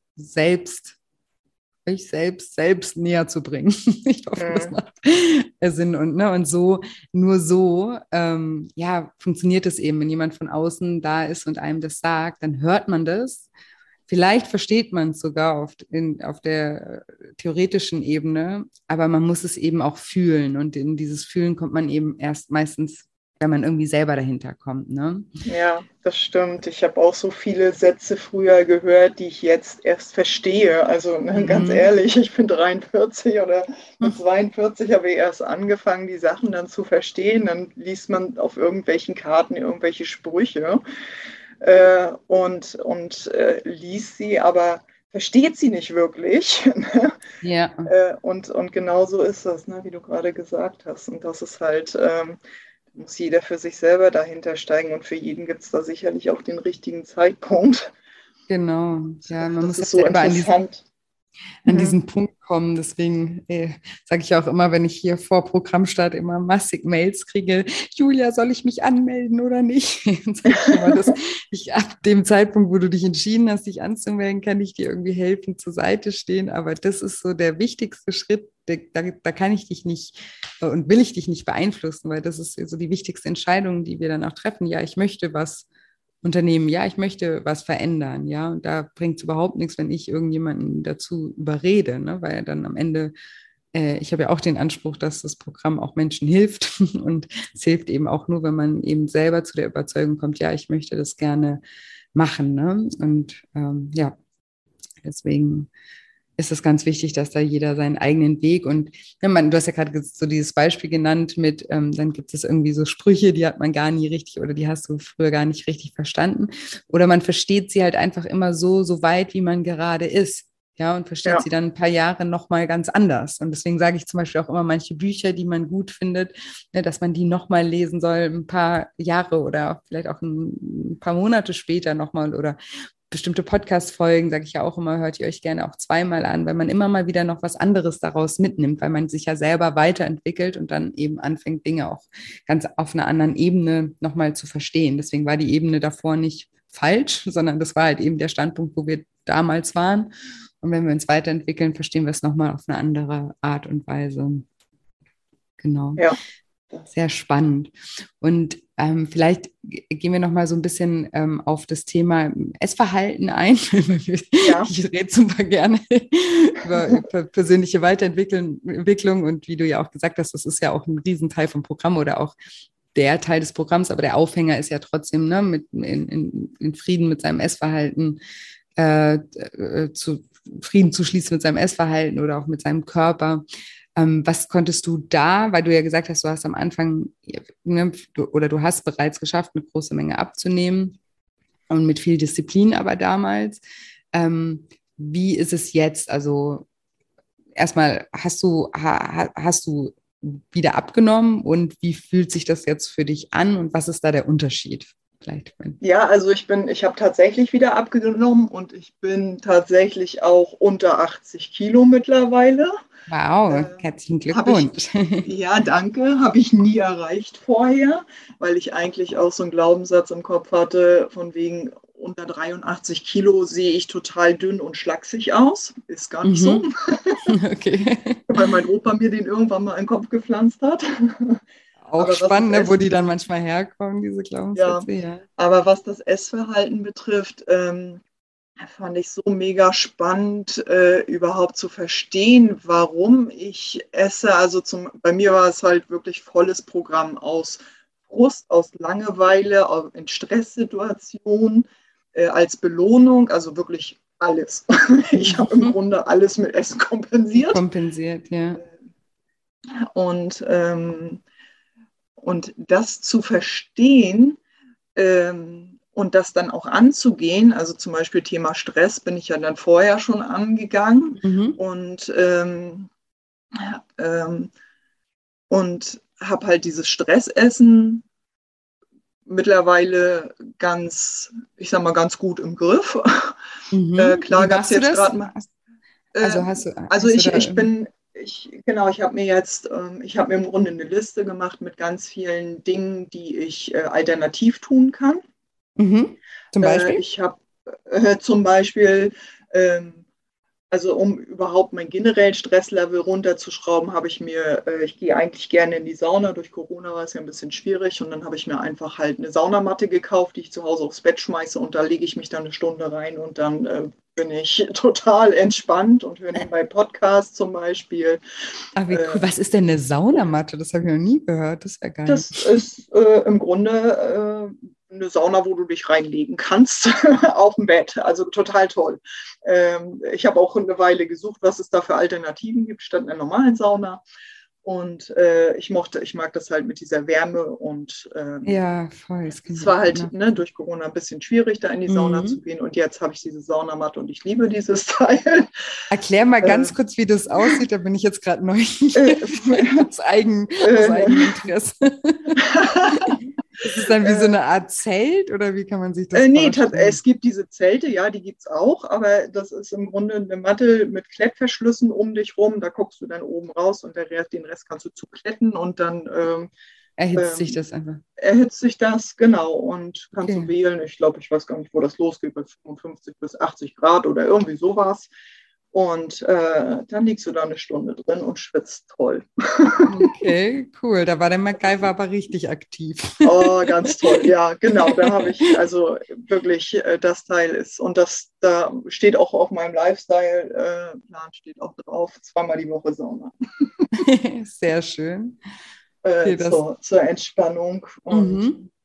euch selbst näher zu bringen. Ich hoffe, das Hm. macht Sinn. Und, ne, und so, nur so, ja, funktioniert es eben, wenn jemand von außen da ist und einem das sagt, dann hört man das. Vielleicht versteht man es sogar auf der theoretischen Ebene, aber man muss es eben auch fühlen. Und in dieses Fühlen kommt man eben erst meistens, wenn man irgendwie selber dahinter kommt. Ne? Ja, das stimmt. Ich habe auch so viele Sätze früher gehört, die ich jetzt erst verstehe. Also ne, ganz Mhm. ehrlich, ich bin 43 oder mit 42 habe ich erst angefangen, die Sachen dann zu verstehen. Dann liest man auf irgendwelchen Karten irgendwelche Sprüche und liest sie, aber versteht sie nicht wirklich. Ja. Und genau so ist das, ne, wie du gerade gesagt hast. Und das ist halt, muss jeder für sich selber dahinter steigen und für jeden gibt es da sicherlich auch den richtigen Zeitpunkt. Genau, ja, man Das muss ja ist so selber interessant. an Mhm. diesen Punkt kommen. Deswegen sage ich auch immer, wenn ich hier vor Programmstart immer massig Mails kriege, Julia, soll ich mich anmelden oder nicht? Dann sage ich immer, dass ich ab dem Zeitpunkt, wo du dich entschieden hast, dich anzumelden, kann ich dir irgendwie helfen, zur Seite stehen. Aber das ist so der wichtigste Schritt. Da kann ich dich nicht und will ich dich nicht beeinflussen, weil das ist so die wichtigste Entscheidung, die wir dann auch treffen. Ja, ich möchte was unternehmen, ja, ich möchte was verändern, ja, und da bringt es überhaupt nichts, wenn ich irgendjemanden dazu überrede, ne, weil dann am Ende ich habe ja auch den Anspruch, dass das Programm auch Menschen hilft und es hilft eben auch nur, wenn man eben selber zu der Überzeugung kommt, ja, ich möchte das gerne machen. Ne? Und ja, deswegen ist es ganz wichtig, dass da jeder seinen eigenen Weg und ja, du hast ja gerade so dieses Beispiel genannt mit, dann gibt es irgendwie so Sprüche, die hat man gar nie richtig oder die hast du früher gar nicht richtig verstanden oder man versteht sie halt einfach immer so weit, wie man gerade ist. Ja, und versteht sie dann ein paar Jahre nochmal ganz anders. Und deswegen sage ich zum Beispiel auch immer manche Bücher, die man gut findet, ne, dass man die nochmal lesen soll, ein paar Jahre oder vielleicht auch ein paar Monate später nochmal oder bestimmte Podcast-Folgen, sage ich ja auch immer, hört ihr euch gerne auch zweimal an, weil man immer mal wieder noch was anderes daraus mitnimmt, weil man sich ja selber weiterentwickelt und dann eben anfängt, Dinge auch ganz auf einer anderen Ebene nochmal zu verstehen. Deswegen war die Ebene davor nicht falsch, sondern das war halt eben der Standpunkt, wo wir damals waren. Und wenn wir uns weiterentwickeln, verstehen wir es nochmal auf eine andere Art und Weise. Genau. Ja. Sehr spannend. Und vielleicht gehen wir noch mal so ein bisschen auf das Thema Essverhalten ein. Ja. Ich rede super gerne über persönliche Weiterentwicklung und wie du ja auch gesagt hast, das ist ja auch ein Riesenteil vom Programm oder auch der Teil des Programms, aber der Aufhänger ist ja trotzdem in Frieden mit seinem Essverhalten Frieden zu schließen mit seinem Essverhalten oder auch mit seinem Körper. Was konntest du da, weil du ja gesagt hast, du hast am Anfang, ne, du hast bereits geschafft, eine große Menge abzunehmen und mit viel Disziplin aber damals. Wie ist es jetzt? Also erstmal, hast du wieder abgenommen und wie fühlt sich das jetzt für dich an und was ist da der Unterschied? Vielleicht. Ja, also ich habe tatsächlich wieder abgenommen und ich bin tatsächlich auch unter 80 Kilo mittlerweile. Wow, herzlichen Glückwunsch. Ja, danke. Habe ich nie erreicht vorher, weil ich eigentlich auch so einen Glaubenssatz im Kopf hatte, von wegen unter 83 Kilo sehe ich total dünn und schlaksig aus. Ist gar nicht so. Okay. Weil mein Opa mir den irgendwann mal in den Kopf gepflanzt hat. Auch spannend, ne, wo die dann manchmal herkommen, diese Glaubenssätze. Ja. Aber was das Essverhalten betrifft, fand ich so mega spannend, überhaupt zu verstehen, warum ich esse. Also bei mir war es halt wirklich volles Programm aus Frust, aus Langeweile, in Stresssituationen, als Belohnung, also wirklich alles. Ich habe im Grunde alles mit Essen kompensiert. Kompensiert, ja. Und das zu verstehen und das dann auch anzugehen, also zum Beispiel Thema Stress bin ich ja dann vorher schon angegangen und habe halt dieses Stressessen mittlerweile ganz gut im Griff. Klar gab es jetzt gerade mal. Ich habe mir im Grunde eine Liste gemacht mit ganz vielen Dingen, die ich alternativ tun kann. Zum Beispiel? Ich habe zum Beispiel, also um überhaupt mein generellen Stresslevel runterzuschrauben, ich gehe eigentlich gerne in die Sauna. Durch Corona war es ja ein bisschen schwierig und dann habe ich mir einfach halt eine Saunamatte gekauft, die ich zu Hause aufs Bett schmeiße und da lege ich mich dann eine Stunde rein und dann bin ich total entspannt und höre nebenbei Podcasts zum Beispiel. Ach, wie cool. Was ist denn eine Saunamatte? Das habe ich noch nie gehört. Das ist ja geil. Das ist im Grunde eine Sauna, wo du dich reinlegen kannst auf dem Bett. Also total toll. Ich habe auch eine Weile gesucht, was es da für Alternativen gibt statt einer normalen Sauna. Und ich mag das halt mit dieser Wärme und ja, voll. Es war halt durch Corona ein bisschen schwierig, da in die Sauna zu gehen. Und jetzt habe ich diese Saunamatte und ich liebe dieses Teil. Erklär mal ganz kurz, wie das aussieht. Da bin ich jetzt gerade neugierig. aus eigenem Interesse. Ist es dann wie so eine Art Zelt oder wie kann man sich das vorstellen? Nee, es gibt diese Zelte, ja, die gibt es auch, aber das ist im Grunde eine Matte mit Klettverschlüssen um dich rum, da guckst du dann oben raus und den Rest kannst du zukletten und dann erhitzt sich das einfach. Erhitzt sich das, genau, und kannst du wählen, ich weiß gar nicht, wo das losgeht, bei 55 bis 80 Grad oder irgendwie sowas. Und dann liegst du da eine Stunde drin und schwitzt toll. Okay, cool. Da war der MacGyver aber richtig aktiv. Oh, ganz toll. Ja, genau. Da habe ich also wirklich das Teil ist. Und da steht auch auf meinem Lifestyle-Plan steht auch drauf, 2-mal die Woche Sauna. Sehr schön. Okay, Zur Entspannung. Und Mhm.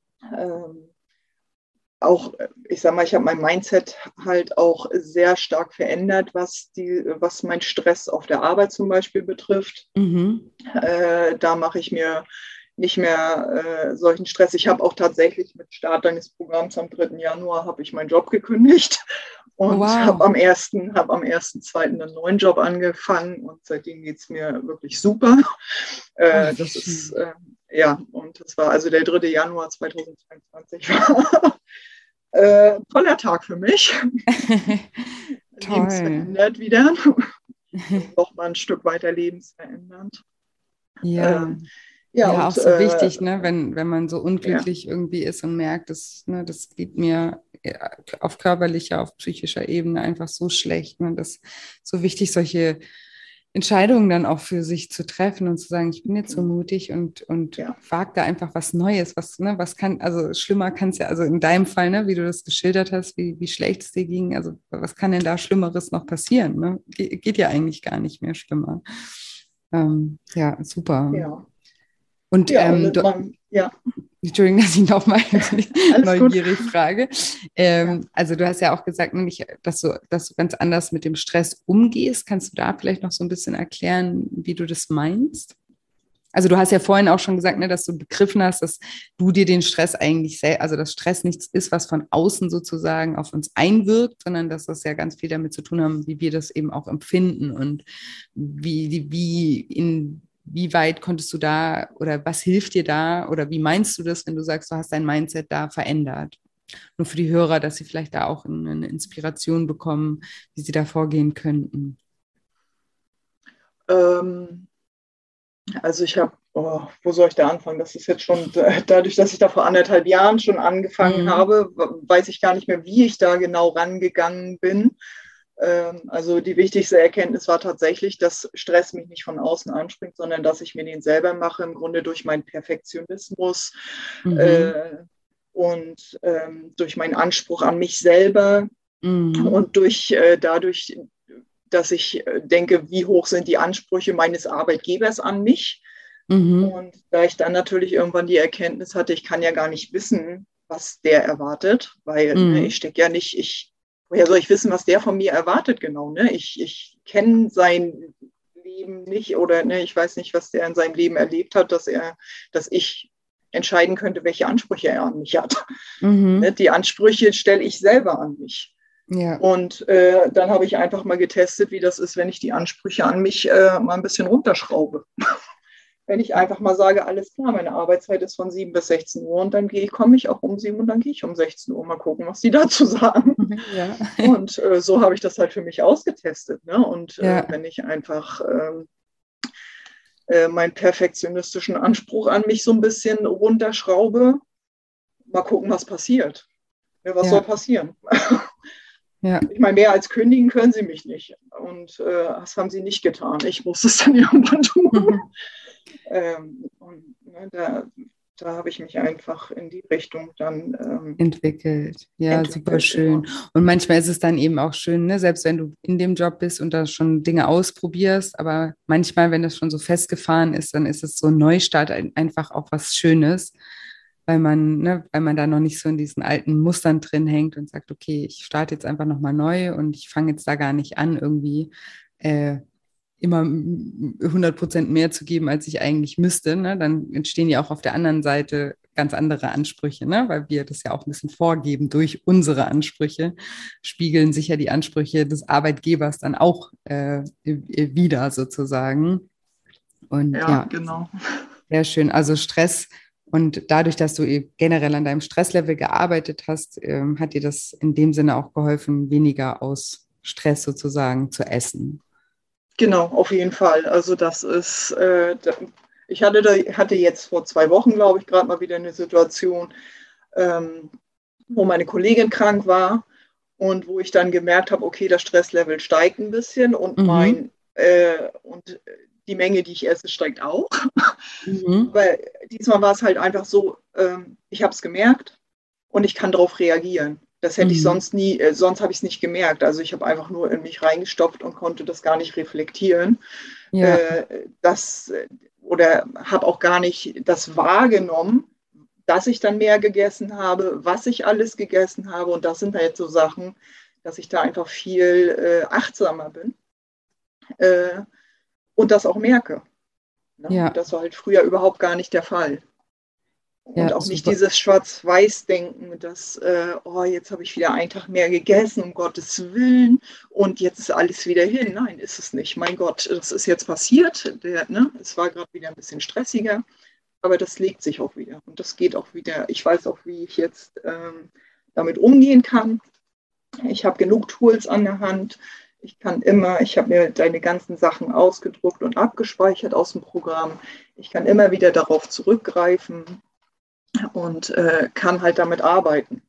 auch, ich sag mal, ich habe mein Mindset halt auch sehr stark verändert, was mein Stress auf der Arbeit zum Beispiel betrifft. Mhm. Da mache ich mir nicht mehr solchen Stress. Ich habe auch tatsächlich mit Start deines Programms am 3. Januar habe ich meinen Job gekündigt Oh, und wow. habe am 1.2. einen neuen Job angefangen und seitdem geht es mir wirklich super. Ach, wie Das ist, schön. ja, und das war also der 3. Januar 2022 war toller Tag für mich. Toll. Lebensverändert wieder. Noch mal ein Stück weiter lebensverändernd. Ja. Ähm, ja, Ja, auch und so wichtig, ne, wenn man so ja, unglücklich irgendwie ist und merkt, das geht mir auf körperlicher, auf psychischer Ebene einfach so schlecht. Ne, das ist so wichtig, solche Entscheidungen dann auch für sich zu treffen und zu sagen, ich bin jetzt so genau. mutig und Ja. wag da einfach was Neues, was kann, also schlimmer kann es ja, also in deinem Fall, ne, wie du das geschildert hast, wie schlecht es dir ging, also was kann denn da Schlimmeres noch passieren? Ne? Geht ja eigentlich gar nicht mehr schlimmer. Ja, super. Ja. Und Ja, und mit meinem, ja, Entschuldigung, dass ich nochmal alles gut. neugierig frage. Ja. Also du hast ja auch gesagt, nämlich, dass du ganz anders mit dem Stress umgehst. Kannst du da vielleicht noch so ein bisschen erklären, wie du das meinst? Also du hast ja vorhin auch schon gesagt, ne, dass du begriffen hast, dass du dir den Stress eigentlich also dass Stress nichts ist, was von außen sozusagen auf uns einwirkt, sondern dass das ja ganz viel damit zu tun haben, wie wir das eben auch empfinden und wie weit konntest du da oder was hilft dir da oder wie meinst du das, wenn du sagst, du hast dein Mindset da verändert? Nur für die Hörer, dass sie vielleicht da auch eine Inspiration bekommen, wie sie da vorgehen könnten. Ähm, also ich habe, oh, wo soll ich da anfangen? Das ist jetzt schon, dadurch, dass ich da vor 1,5 Jahren schon angefangen Mhm. habe, weiß ich gar nicht mehr, wie ich da genau rangegangen bin. Also die wichtigste Erkenntnis war tatsächlich, dass Stress mich nicht von außen anspringt, sondern dass ich mir den selber mache, im Grunde durch meinen Perfektionismus Mhm. äh, und durch meinen Anspruch an mich selber Mhm. und dadurch, dass ich denke, wie hoch sind die Ansprüche meines Arbeitgebers an mich. Mhm. Und da ich dann natürlich irgendwann die Erkenntnis hatte, ich kann ja gar nicht wissen, was der erwartet, weil ne, ich Mhm. stecke ja nicht, woher soll ich wissen, was der von mir erwartet genau? Ne? Ich kenne sein Leben nicht oder ne, ich weiß nicht, was der in seinem Leben erlebt hat, dass ich entscheiden könnte, welche Ansprüche er an mich hat. Ne? Mhm. Die Ansprüche stelle ich selber an mich. Ja, Und dann habe ich einfach mal getestet, wie das ist, wenn ich die Ansprüche an mich mal ein bisschen runterschraube. Wenn ich einfach mal sage, alles klar, meine Arbeitszeit ist von 7 bis 16 Uhr und dann komme ich auch um 7 und dann gehe ich um 16 Uhr. Mal gucken, was die dazu sagen. ja, Und so habe ich das halt für mich ausgetestet. Ne? Und ja, wenn ich einfach meinen perfektionistischen Anspruch an mich so ein bisschen runterschraube, mal gucken, was passiert. Ja, was soll ja, passieren? ja, Ich meine, mehr als kündigen können sie mich nicht. Und das haben sie nicht getan. Ich muss es dann irgendwann tun. mhm. Und ne, da habe ich mich einfach in die Richtung dann Entwickelt. Ja, super entwickelt, schön. genau. Und manchmal ist es dann eben auch schön, ne, selbst wenn du in dem Job bist und da schon Dinge ausprobierst, aber manchmal, wenn das schon so festgefahren ist, dann ist es so ein Neustart einfach auch was Schönes, weil man da noch nicht so in diesen alten Mustern drin hängt und sagt, okay, ich starte jetzt einfach nochmal neu und ich fange jetzt da gar nicht an, irgendwie äh, immer 100% mehr zu geben, als ich eigentlich müsste, ne? Dann entstehen ja auch auf der anderen Seite ganz andere Ansprüche, ne? Weil wir das ja auch ein bisschen vorgeben durch unsere Ansprüche, spiegeln sich ja die Ansprüche des Arbeitgebers dann auch wieder sozusagen. Und Ja, ja, genau. sehr schön. Also Stress und dadurch, dass du generell an deinem Stresslevel gearbeitet hast, hat dir das in dem Sinne auch geholfen, weniger aus Stress sozusagen zu essen. Genau, auf jeden Fall. Also das ist, ich hatte jetzt vor 2 Wochen, glaube ich, gerade mal wieder eine Situation, wo meine Kollegin krank war. und wo ich dann gemerkt habe, okay, das Stresslevel steigt ein bisschen und Mhm. und die Menge, die ich esse, steigt auch. Mhm. Aber diesmal war es halt einfach so, ich habe es gemerkt und ich kann darauf reagieren. Das hätte ich Mhm. sonst nie, sonst habe ich es nicht gemerkt. Also ich habe einfach nur in mich reingestopft und konnte das gar nicht reflektieren. Ja, Das oder habe auch gar nicht das wahrgenommen, dass ich dann mehr gegessen habe, was ich alles gegessen habe. Und das sind halt so Sachen, dass ich da einfach viel achtsamer bin äh, und das auch merke. Ne? Und ja, das war halt früher überhaupt gar nicht der Fall. Und ja, auch nicht super. dieses Schwarz-Weiß-Denken, dass, oh, jetzt habe ich wieder einen Tag mehr gegessen, um Gottes Willen, und jetzt ist alles wieder hin. Nein, ist es nicht. Mein Gott, das ist jetzt passiert. Es war gerade wieder ein bisschen stressiger, aber das legt sich auch wieder. Und das geht auch wieder. Ich weiß auch, wie ich jetzt damit umgehen kann. Ich habe genug Tools an der Hand. Ich habe mir deine ganzen Sachen ausgedruckt und abgespeichert aus dem Programm. Ich kann immer wieder darauf zurückgreifen und kann halt damit arbeiten.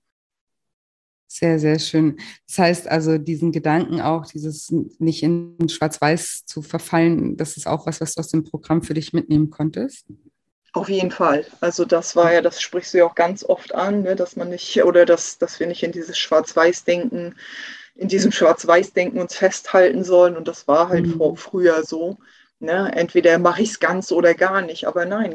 Sehr, sehr schön. Das heißt also, diesen Gedanken auch, dieses nicht in Schwarz-Weiß zu verfallen, das ist auch was, was du aus dem Programm für dich mitnehmen konntest. Auf jeden Fall. Also das war ja, das sprichst du ja auch ganz oft an, ne, dass man nicht, oder dass wir nicht in dieses Schwarz-Weiß-Denken, in diesem Schwarz-Weiß-Denken uns festhalten sollen. Und das war halt Mhm. früher so. Ne? Entweder mache ich es ganz oder gar nicht. Aber nein,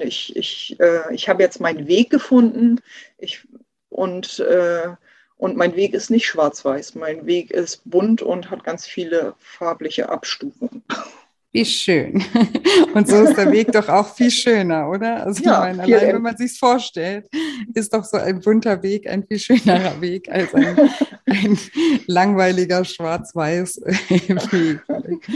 ich habe jetzt meinen Weg gefunden. Ich, und, äh, und mein Weg ist nicht schwarz-weiß. Mein Weg ist bunt und hat ganz viele farbliche Abstufungen. Wie schön. Und so ist der Weg doch auch viel schöner, oder? Also ich Ja, meine, viel allein wenn man sich es vorstellt, ist doch so ein bunter Weg ein viel schönerer Weg als ein langweiliger Schwarz-Weiß Weg.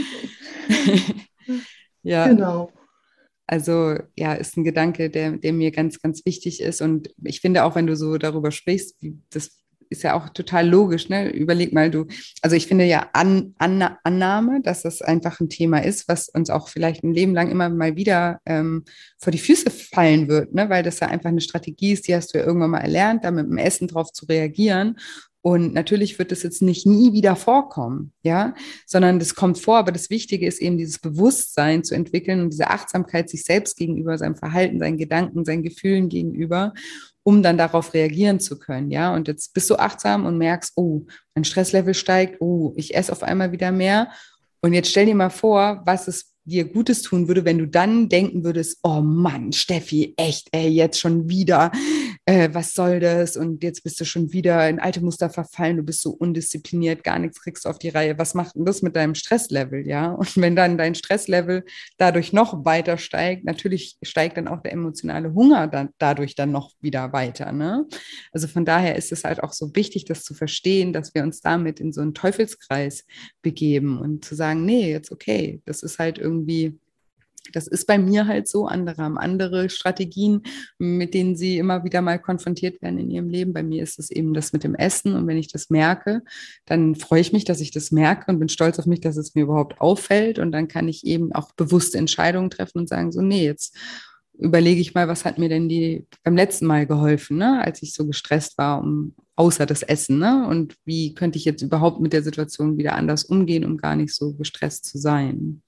Ja, genau. also ja, ist ein Gedanke, der mir ganz, ganz wichtig ist. Und ich finde auch, wenn du so darüber sprichst, das ist ja auch total logisch, ne? Überleg mal, also ich finde ja Annahme, dass das einfach ein Thema ist, was uns auch vielleicht ein Leben lang immer mal wieder vor die Füße fallen wird, ne? Weil das ja einfach eine Strategie ist, die hast du ja irgendwann mal erlernt, da mit dem Essen drauf zu reagieren. Und natürlich wird es jetzt nicht nie wieder vorkommen, ja, sondern das kommt vor. Aber das Wichtige ist eben, dieses Bewusstsein zu entwickeln und diese Achtsamkeit sich selbst gegenüber, seinem Verhalten, seinen Gedanken, seinen Gefühlen gegenüber, um dann darauf reagieren zu können. Ja, und jetzt bist du achtsam und merkst, oh, mein Stresslevel steigt, oh, ich esse auf einmal wieder mehr. Und jetzt stell dir mal vor, was es dir Gutes tun würde, wenn du dann denken würdest, oh Mann, Steffi, echt, ey, jetzt schon wieder, was soll das? Und jetzt bist du schon wieder in alte Muster verfallen, du bist so undiszipliniert, gar nichts kriegst du auf die Reihe. Was macht denn das mit deinem Stresslevel, ja? Und wenn dann dein Stresslevel dadurch noch weiter steigt, natürlich steigt dann auch der emotionale Hunger dadurch dann noch wieder weiter, ne? Also von daher ist es halt auch so wichtig, das zu verstehen, dass wir uns damit in so einen Teufelskreis begeben und zu sagen, nee, jetzt okay, das ist halt irgendwie, das ist bei mir halt so, andere haben andere Strategien, mit denen sie immer wieder mal konfrontiert werden in ihrem Leben. Bei mir ist es eben das mit dem Essen und wenn ich das merke, dann freue ich mich, dass ich das merke und bin stolz auf mich, dass es mir überhaupt auffällt und dann kann ich eben auch bewusste Entscheidungen treffen und sagen so, nee, jetzt überlege ich mal, was hat mir denn beim letzten Mal geholfen, ne, als ich so gestresst war, außer das Essen, ne? Und wie könnte ich jetzt überhaupt mit der Situation wieder anders umgehen, um gar nicht so gestresst zu sein?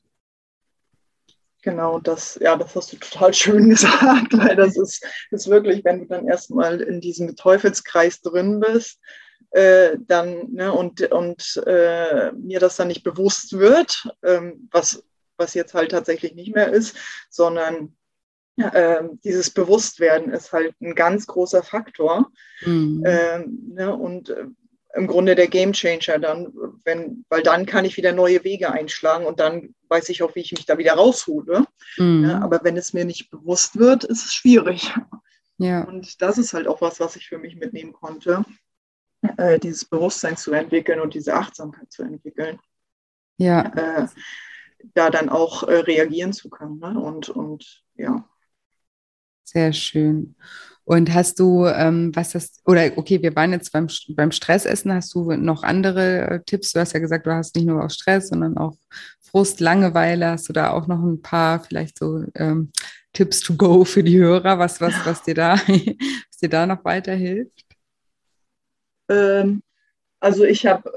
Genau, ja, das hast du total schön gesagt, weil ist wirklich, wenn du dann erstmal in diesem Teufelskreis drin bist, dann, ne, und mir das dann nicht bewusst wird, was jetzt halt tatsächlich nicht mehr ist, sondern dieses Bewusstwerden ist halt ein ganz großer Faktor. Mhm. Ne, und im Grunde der Gamechanger dann, weil dann kann ich wieder neue Wege einschlagen und dann weiß ich auch, wie ich mich da wieder raushole. Ne, Mhm. aber wenn es mir nicht bewusst wird, ist es schwierig. Ja, Und das ist halt auch was ich für mich mitnehmen konnte, dieses Bewusstsein zu entwickeln und diese Achtsamkeit zu entwickeln, ja, äh, da dann auch reagieren zu können. Ne? Und ja. sehr schön. Und hast du, oder okay, wir waren jetzt beim Stressessen, hast du noch andere Tipps? Du hast ja gesagt, du hast nicht nur auch Stress, sondern auch Frust, Langeweile. Hast du da auch noch ein paar vielleicht so Tipps to go für die Hörer, was dir da, was dir da noch weiterhilft? Ähm, Also ich habe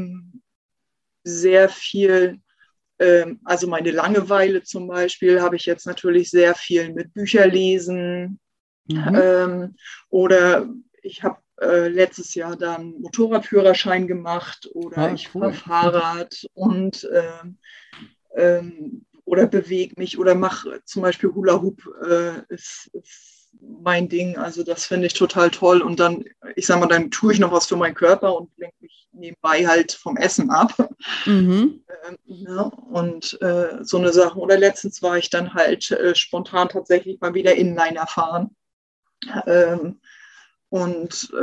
sehr viel, also meine Langeweile zum Beispiel habe ich jetzt natürlich sehr viel mit Bücherlesen, Mhm. oder ich habe letztes Jahr dann Motorradführerschein gemacht oder Oh, ich fahre cool. Fahrrad und oder bewege mich oder mache zum Beispiel Hula Hoop, ist mein Ding. Also das finde ich total toll. Und dann, ich sage mal, dann tue ich noch was für meinen Körper und lenke mich nebenbei halt vom Essen ab. Mhm. Ja, und so eine Sache. Oder letztens war ich dann halt spontan tatsächlich mal wieder Inliner fahren. Ähm, und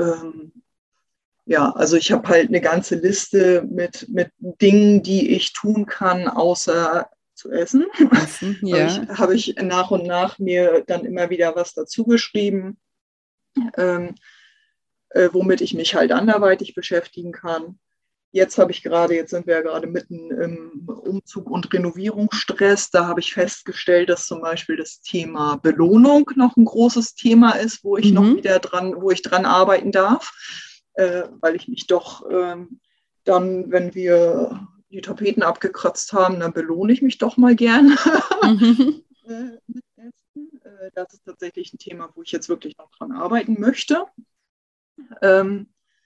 ja, also ich habe halt eine ganze Liste mit Dingen, die ich tun kann, außer zu essen. Essen, ja. Habe ich nach und nach mir dann immer wieder was dazu geschrieben, ähm, womit ich mich halt anderweitig beschäftigen kann. Jetzt sind wir ja gerade mitten im Umzug und Renovierungsstress. Da habe ich festgestellt, dass zum Beispiel das Thema Belohnung noch ein großes Thema ist, Mhm. wo ich dran arbeiten darf, weil ich mich doch dann, wenn wir die Tapeten abgekratzt haben, dann belohne ich mich doch mal gern Mhm. mit Essen. Das ist tatsächlich ein Thema, wo ich jetzt wirklich noch dran arbeiten möchte. Ähm,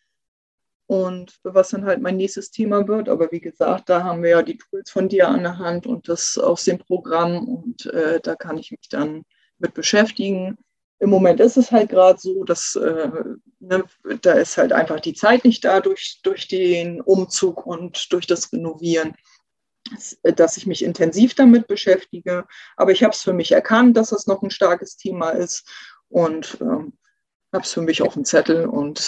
und was dann halt mein nächstes Thema wird. Aber wie gesagt, da haben wir ja die Tools von dir an der Hand und das aus dem Programm und da kann ich mich dann mit beschäftigen. Im Moment ist es halt gerade so, dass ne, da ist halt einfach die Zeit nicht da durch den Umzug und durch das Renovieren, dass ich mich intensiv damit beschäftige. Aber ich habe es für mich erkannt, dass das noch ein starkes Thema ist und habe es für mich auf dem Zettel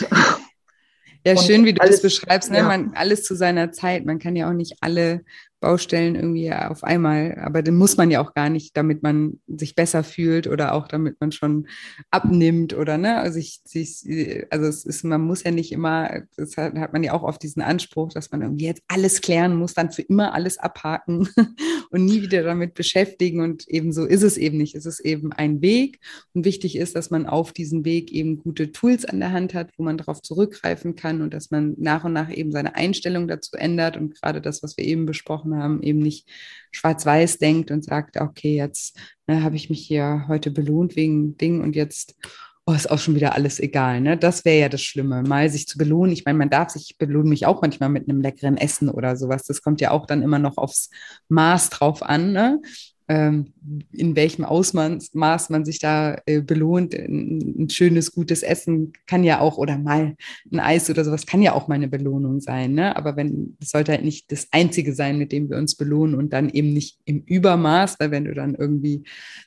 Ja, und schön, wie du das alles, beschreibst, ne? ja. Man, alles zu seiner Zeit. Man kann ja auch nicht alle Baustellen irgendwie auf einmal, aber dann muss man ja auch gar nicht, damit man sich besser fühlt oder auch damit man schon abnimmt oder ne? Also es ist, man muss ja nicht immer, das hat man ja auch oft diesen Anspruch, dass man irgendwie jetzt alles klären muss, dann für immer alles abhaken und nie wieder damit beschäftigen. Und eben so ist es eben nicht. Es ist eben ein Weg. Und wichtig ist, dass man auf diesem Weg eben gute Tools an der Hand hat, wo man darauf zurückgreifen kann und dass man nach und nach eben seine Einstellung dazu ändert und gerade das, was wir eben besprochen haben, eben nicht schwarz-weiß denkt und sagt, okay, jetzt habe ich mich hier heute belohnt wegen Ding und jetzt ist auch schon wieder alles egal. Ne? Das wäre ja das Schlimme, mal sich zu belohnen. Ich meine, man darf sich, ich belohne mich auch manchmal mit einem leckeren Essen oder sowas. Das kommt ja auch dann immer noch aufs Maß drauf an. Ne? ähm, in welchem Ausmaß man sich da belohnt. Ein schönes, gutes Essen kann ja auch, oder mal ein Eis oder sowas, kann ja auch mal eine Belohnung sein. Ne? Aber es sollte halt nicht das Einzige sein, mit dem wir uns belohnen und dann eben nicht im Übermaß, weil wenn du dann irgendwie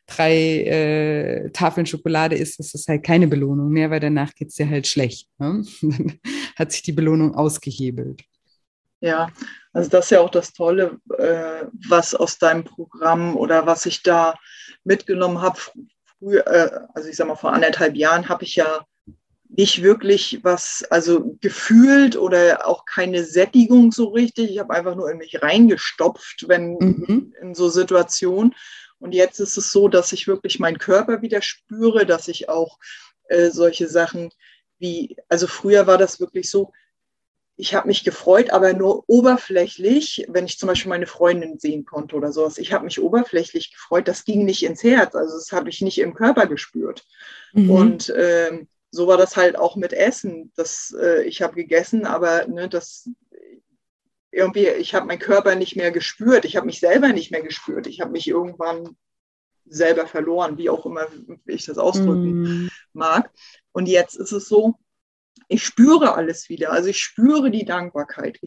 3 Tafeln Schokolade isst, ist das halt keine Belohnung mehr, weil danach geht es dir halt schlecht. Ne? Dann hat sich die Belohnung ausgehebelt. Ja, also das ist ja auch das Tolle, was aus deinem Programm oder was ich da mitgenommen habe. Früher, also ich sag mal, vor 1,5 Jahren habe ich ja nicht wirklich was, also gefühlt oder auch keine Sättigung so richtig. Ich habe einfach nur in mich reingestopft, wenn Mhm. in so Situationen. Und jetzt ist es so, dass ich wirklich meinen Körper wieder spüre, dass ich auch solche Sachen wie, also früher war das wirklich so, ich habe mich gefreut, aber nur oberflächlich, wenn ich zum Beispiel meine Freundin sehen konnte oder sowas. Ich habe mich oberflächlich gefreut, das ging nicht ins Herz, also das habe ich nicht im Körper gespürt. Mhm. Und so war das halt auch mit Essen. Ich habe gegessen, aber ne, irgendwie, ich habe meinen Körper nicht mehr gespürt, ich habe mich selber nicht mehr gespürt, ich habe mich irgendwann selber verloren, wie auch immer ich das ausdrücken Mhm. mag. Und jetzt ist es so, ich spüre alles wieder. Also ich spüre die Dankbarkeit.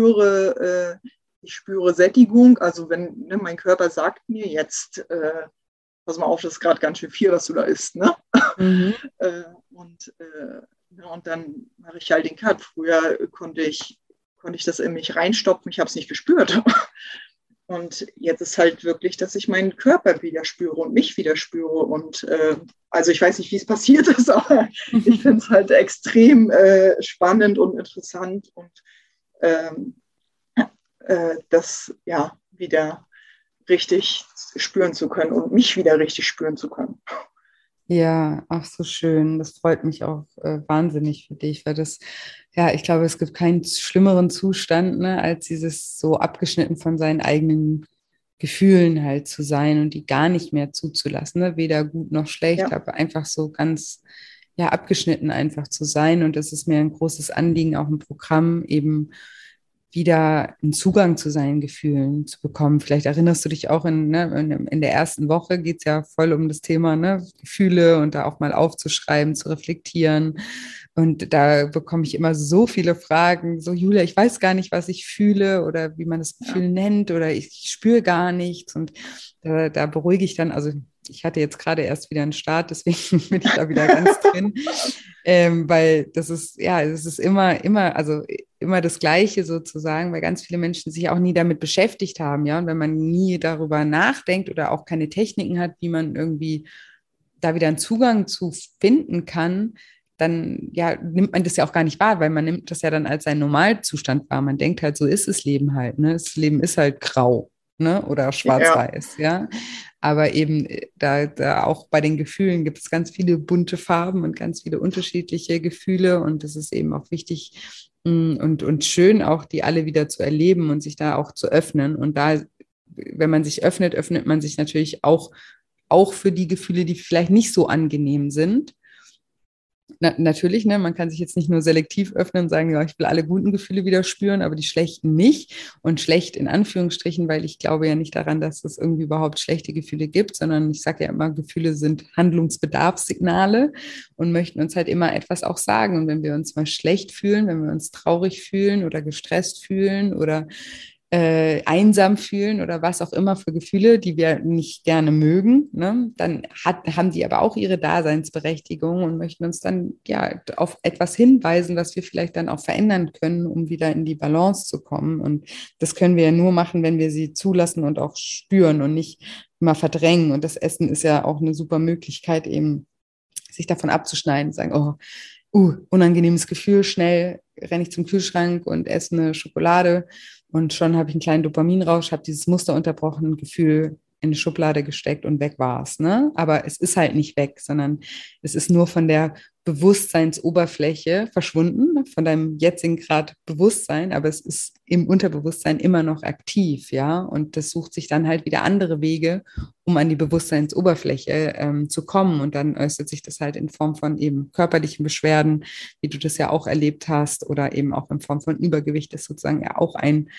Ich spüre Sättigung. Also wenn ne, mein Körper sagt mir jetzt, pass mal auf, das ist gerade ganz schön viel, was du da isst. Ne? Mhm. Äh, und, ja, und dann mache ich halt den Cut. Früher konnte ich das in mich reinstopfen. Ich habe es nicht gespürt. Und jetzt ist halt wirklich, dass ich meinen Körper wieder spüre und mich wieder spüre. Und also ich weiß nicht, wie es passiert ist, aber ich finde es halt extrem spannend und interessant und ähm, das ja wieder richtig spüren zu können und mich wieder richtig spüren zu können. Ja, ach so schön. Das freut mich auch wahnsinnig für dich, weil das, ja, ich glaube, es gibt keinen schlimmeren Zustand, ne, als dieses so abgeschnitten von seinen eigenen Gefühlen halt zu sein und die gar nicht mehr zuzulassen, ne? Weder gut noch schlecht, Ja, aber einfach so ganz, ja, abgeschnitten einfach zu sein. Und das ist mir ein großes Anliegen, auch im Programm eben wieder einen Zugang zu seinen Gefühlen zu bekommen. Vielleicht erinnerst du dich auch in der ersten Woche geht es ja voll um das Thema, ne, Gefühle und da auch mal aufzuschreiben, zu reflektieren. Und da bekomme ich immer so viele Fragen, so Julia, ich weiß gar nicht, was ich fühle oder wie man das ja. Gefühl nennt oder ich spüre gar nichts. Und da beruhige ich dann, also ich hatte jetzt gerade erst wieder einen Start, deswegen bin ich da wieder ganz drin. Weil das ist, ja, es ist also immer das Gleiche sozusagen, weil ganz viele Menschen sich auch nie damit beschäftigt haben, ja. Und wenn man nie darüber nachdenkt oder auch keine Techniken hat, wie man irgendwie da wieder einen Zugang zu finden kann, dann ja, nimmt man das ja auch gar nicht wahr, weil man nimmt das ja dann als seinen Normalzustand wahr. Man denkt halt, so ist das Leben halt, ne? Das Leben ist halt grau, ne? Oder Ja, schwarz-weiß, ja. Aber eben da auch bei den Gefühlen gibt es ganz viele bunte Farben und ganz viele unterschiedliche Gefühle. Und es ist eben auch wichtig und schön, auch die alle wieder zu erleben und sich da auch zu öffnen. Und da, wenn man sich öffnet, öffnet man sich natürlich auch für die Gefühle, die vielleicht nicht so angenehm sind. Natürlich, ne, man kann sich jetzt nicht nur selektiv öffnen und sagen, ja, ich will alle guten Gefühle wieder spüren, aber die schlechten nicht. Und schlecht in Anführungsstrichen, weil ich glaube ja nicht daran, dass es irgendwie überhaupt schlechte Gefühle gibt, sondern ich sage ja immer, Gefühle sind Handlungsbedarfssignale und möchten uns halt immer etwas auch sagen. Und wenn wir uns mal schlecht fühlen, wenn wir uns traurig fühlen oder gestresst fühlen oder einsam fühlen oder was auch immer für Gefühle, die wir nicht gerne mögen, ne? Dann haben die aber auch ihre Daseinsberechtigung und möchten uns dann ja auf etwas hinweisen, was wir vielleicht dann auch verändern können, um wieder in die Balance zu kommen. Und das können wir ja nur machen, wenn wir sie zulassen und auch spüren und nicht immer verdrängen. Und das Essen ist ja auch eine super Möglichkeit, eben sich davon abzuschneiden, sagen, oh, unangenehmes Gefühl, schnell renne ich zum Kühlschrank und esse eine Schokolade und schon habe ich einen kleinen Dopaminrausch, habe dieses Muster unterbrochen, Gefühl in eine Schublade gesteckt und weg war es. Ne? Aber es ist halt nicht weg, sondern es ist nur von der Bewusstseinsoberfläche verschwunden, ne? Von deinem jetzigen Grad Bewusstsein, aber es ist im Unterbewusstsein immer noch aktiv, ja. Und das sucht sich dann halt wieder andere Wege, um an die Bewusstseinsoberfläche zu kommen. Und dann äußert sich das halt in Form von eben körperlichen Beschwerden, wie du das ja auch erlebt hast, oder eben auch in Form von Übergewicht ist sozusagen ja auch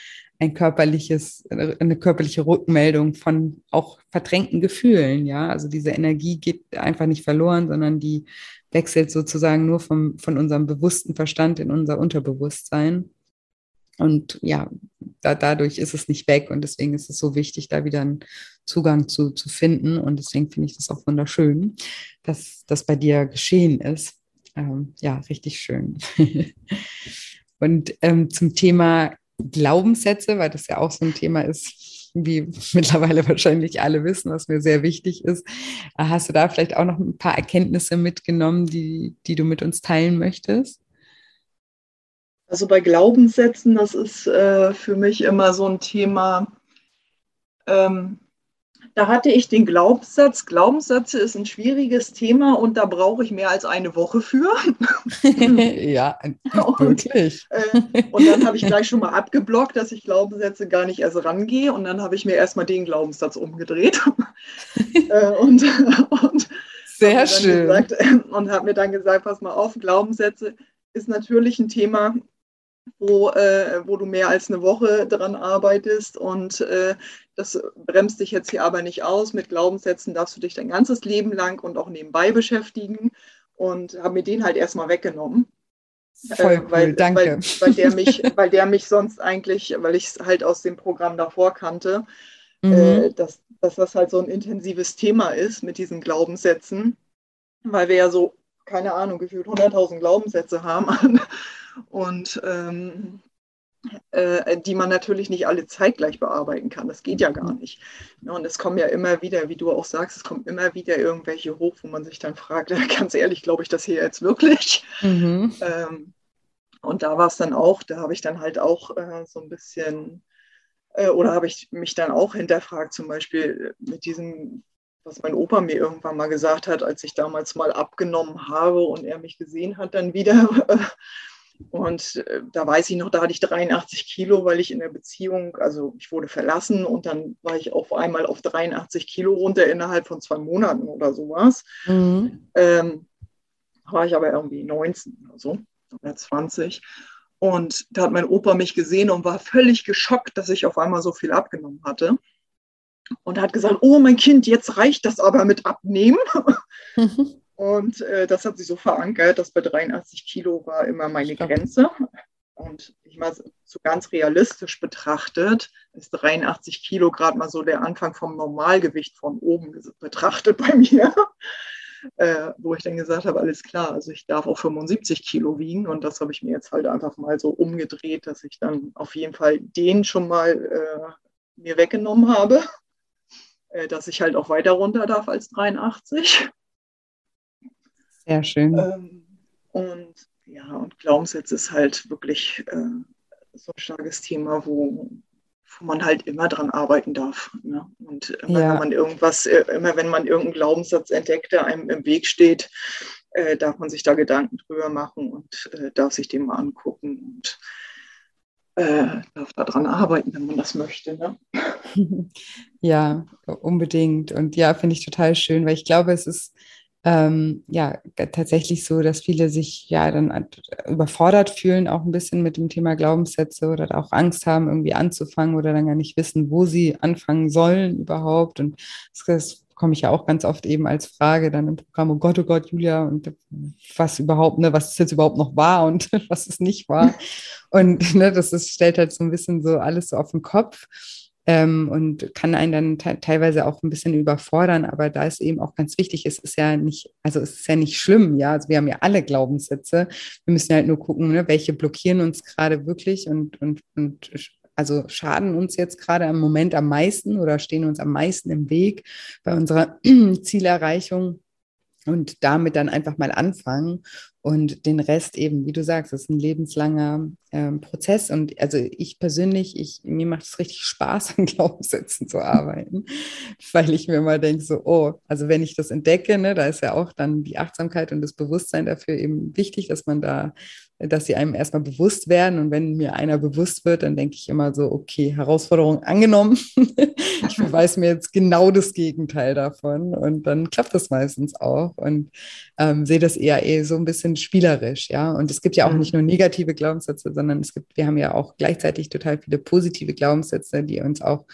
eine körperliche Rückmeldung von auch verdrängten Gefühlen, ja. Also diese Energie geht einfach nicht verloren, sondern die wechselt sozusagen nur von unserem bewussten Verstand in unser Unterbewusstsein. Und ja, dadurch ist es nicht weg und deswegen ist es so wichtig, da wieder einen Zugang zu finden. Und deswegen finde ich das auch wunderschön, dass das bei dir geschehen ist. Ja, richtig schön. Und zum Thema Glaubenssätze, weil das ja auch so ein Thema ist, wie mittlerweile wahrscheinlich alle wissen, was mir sehr wichtig ist. Hast du da vielleicht auch noch ein paar Erkenntnisse mitgenommen, die du mit uns teilen möchtest? also bei Glaubenssätzen, das ist für mich immer so ein Thema. Ähm, Da hatte ich den Glaubenssatz. Glaubenssätze ist ein schwieriges Thema und da brauche ich mehr als eine Woche für. Ja, Und, wirklich. äh, und dann habe ich gleich schon mal abgeblockt, dass ich Glaubenssätze gar nicht erst rangehe. Und dann habe ich mir erstmal den Glaubenssatz umgedreht und, und habe Sehr mir dann schön. gesagt, pass mal auf, Glaubenssätze ist natürlich ein Thema, wo du mehr als eine Woche dran arbeitest und das bremst dich jetzt hier aber nicht aus. Mit Glaubenssätzen darfst du dich dein ganzes Leben lang und auch nebenbei beschäftigen und habe mir den halt erstmal weggenommen, Voll cool, danke. weil der mich sonst eigentlich, weil ich es halt aus dem Programm davor kannte, Mhm. dass das halt so ein intensives Thema ist mit diesen Glaubenssätzen, weil wir ja so, keine Ahnung, gefühlt 100.000 Glaubenssätze haben und die man natürlich nicht alle zeitgleich bearbeiten kann. Das geht ja gar nicht. Ja, und es kommen ja immer wieder, wie du auch sagst, es kommen immer wieder irgendwelche hoch, wo man sich dann fragt, ganz ehrlich, glaube ich das hier jetzt wirklich? Mhm. Ähm, und da war es dann auch, da habe ich dann halt auch so ein bisschen, oder habe ich mich dann auch hinterfragt, zum Beispiel mit diesem was mein Opa mir irgendwann mal gesagt hat, als ich damals mal abgenommen habe und er mich gesehen hat dann wieder. Und da weiß ich noch, da hatte ich 83 Kilo, weil ich in der Beziehung, also ich wurde verlassen und dann war ich auf einmal auf 83 Kilo runter innerhalb von 2 Monaten oder sowas. Mhm. War ich aber irgendwie 19 oder so, oder 20. Und da hat mein Opa mich gesehen und war völlig geschockt, dass ich auf einmal so viel abgenommen hatte. Und hat gesagt, oh mein Kind, jetzt reicht das aber mit Abnehmen. Und das hat sich so verankert, dass bei 83 Kilo war immer meine Grenze. Und ich mal so ganz realistisch betrachtet, ist 83 Kilo gerade mal so der Anfang vom Normalgewicht von oben betrachtet bei mir. Wo ich dann gesagt habe, alles klar, also ich darf auch 75 Kilo wiegen und das habe ich mir jetzt halt einfach mal so umgedreht, dass ich dann auf jeden Fall den schon mal mir weggenommen habe, dass ich halt auch weiter runter darf als 83. Sehr schön. Und ja, und Glaubenssätze ist halt wirklich so ein starkes Thema, wo man halt immer dran arbeiten darf. Ne? Und immer Ja. wenn man immer wenn man irgendeinen Glaubenssatz entdeckt, der einem im Weg steht, darf man sich da Gedanken drüber machen und darf sich den mal angucken und darf daran arbeiten, wenn man das möchte. Ne? Ja, unbedingt. Und ja, finde ich total schön, weil ich glaube, es ist ja tatsächlich so, dass viele sich ja dann überfordert fühlen, auch ein bisschen mit dem Thema Glaubenssätze oder auch Angst haben, irgendwie anzufangen oder dann gar nicht wissen, wo sie anfangen sollen überhaupt. Und das bekomme ich ja auch ganz oft eben als Frage dann im Programm, oh Gott, Julia, und was überhaupt, ne, was ist jetzt überhaupt noch wahr und was ist nicht wahr? Und ne, stellt halt so ein bisschen so alles so auf den Kopf. Und kann einen dann teilweise auch ein bisschen überfordern, aber da ist eben auch ganz wichtig, es ist ja nicht schlimm, ja, also wir haben ja alle Glaubenssätze, wir müssen halt nur gucken, ne, welche blockieren uns gerade wirklich und also schaden uns jetzt gerade am Moment am meisten oder stehen uns am meisten im Weg bei unserer Zielerreichung. Und damit dann einfach mal anfangen und den Rest eben, wie du sagst, das ist ein lebenslanger Prozess. Und also ich persönlich, mir macht es richtig Spaß, an Glaubenssätzen zu arbeiten, weil ich mir immer denke, so, oh, also wenn ich das entdecke, ne, da ist ja auch dann die Achtsamkeit und das Bewusstsein dafür eben wichtig, dass sie einem erstmal bewusst werden. Und wenn mir einer bewusst wird, dann denke ich immer so, okay, Herausforderung angenommen. Ich beweise mir jetzt genau das Gegenteil davon. Und dann klappt das meistens auch. Und sehe das eher so ein bisschen spielerisch, ja. Und es gibt ja auch nicht nur negative Glaubenssätze, sondern wir haben ja auch gleichzeitig total viele positive Glaubenssätze, die uns auch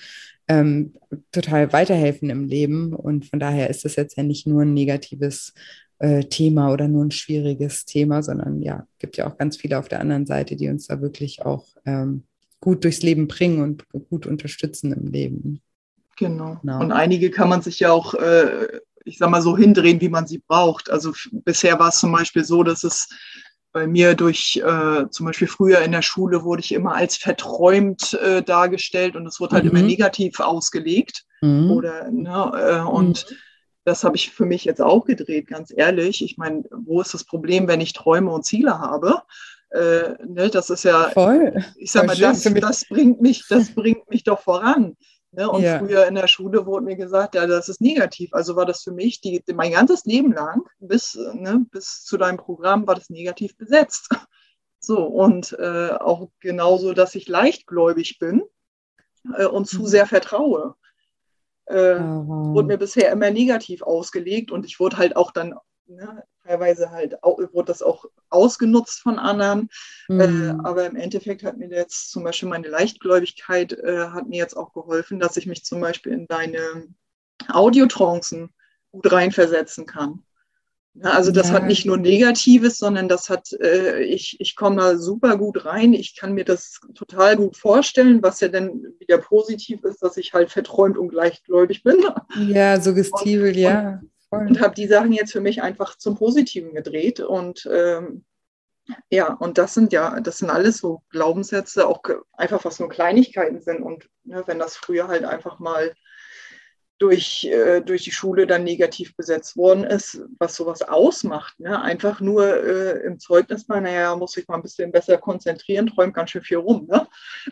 total weiterhelfen im Leben. Und von daher ist das jetzt ja nicht nur ein negatives Thema oder nur ein schwieriges Thema, sondern ja, gibt ja auch ganz viele auf der anderen Seite, die uns da wirklich auch gut durchs Leben bringen und gut unterstützen im Leben. Genau. Genau. Und einige kann man sich ja auch, ich sag mal, so hindrehen, wie man sie braucht. Also bisher war es zum Beispiel so, dass es bei mir zum Beispiel früher in der Schule wurde ich immer als verträumt dargestellt und es wurde halt immer negativ ausgelegt. Oder, ne, und das habe ich für mich jetzt auch gedreht, ganz ehrlich. Ich meine, wo ist das Problem, wenn ich Träume und Ziele habe? Ne, das ist ja, voll, ich sag mal, das bringt mich doch voran. Ne? Und ja. früher in der Schule wurde mir gesagt, ja, das ist negativ. Also war das für mich mein ganzes Leben lang, bis zu deinem Programm, war das negativ besetzt. So, und auch genauso, dass ich leichtgläubig bin und zu sehr vertraue. Wurde mir bisher immer negativ ausgelegt und ich wurde halt auch dann, ne, teilweise halt wurde das auch ausgenutzt von anderen. Aber im Endeffekt hat mir jetzt zum Beispiel meine Leichtgläubigkeit hat mir jetzt auch geholfen, dass ich mich zum Beispiel in deine Audiotrancen gut reinversetzen kann. Ja, also das hat nicht nur Negatives, sondern das hat, ich komme da super gut rein. Ich kann mir das total gut vorstellen, was ja dann wieder positiv ist, dass ich halt verträumt und leichtgläubig bin. Ja, suggestiv, ja. Und habe die Sachen jetzt für mich einfach zum Positiven gedreht. Und ja, und das sind alles so Glaubenssätze, auch einfach was nur Kleinigkeiten sind. Und ne, wenn das früher halt einfach mal durch die Schule dann negativ besetzt worden ist, was sowas ausmacht. Ne? Einfach nur im Zeugnis mal, naja, muss ich mal ein bisschen besser konzentrieren, träumt ganz schön viel rum. Ne?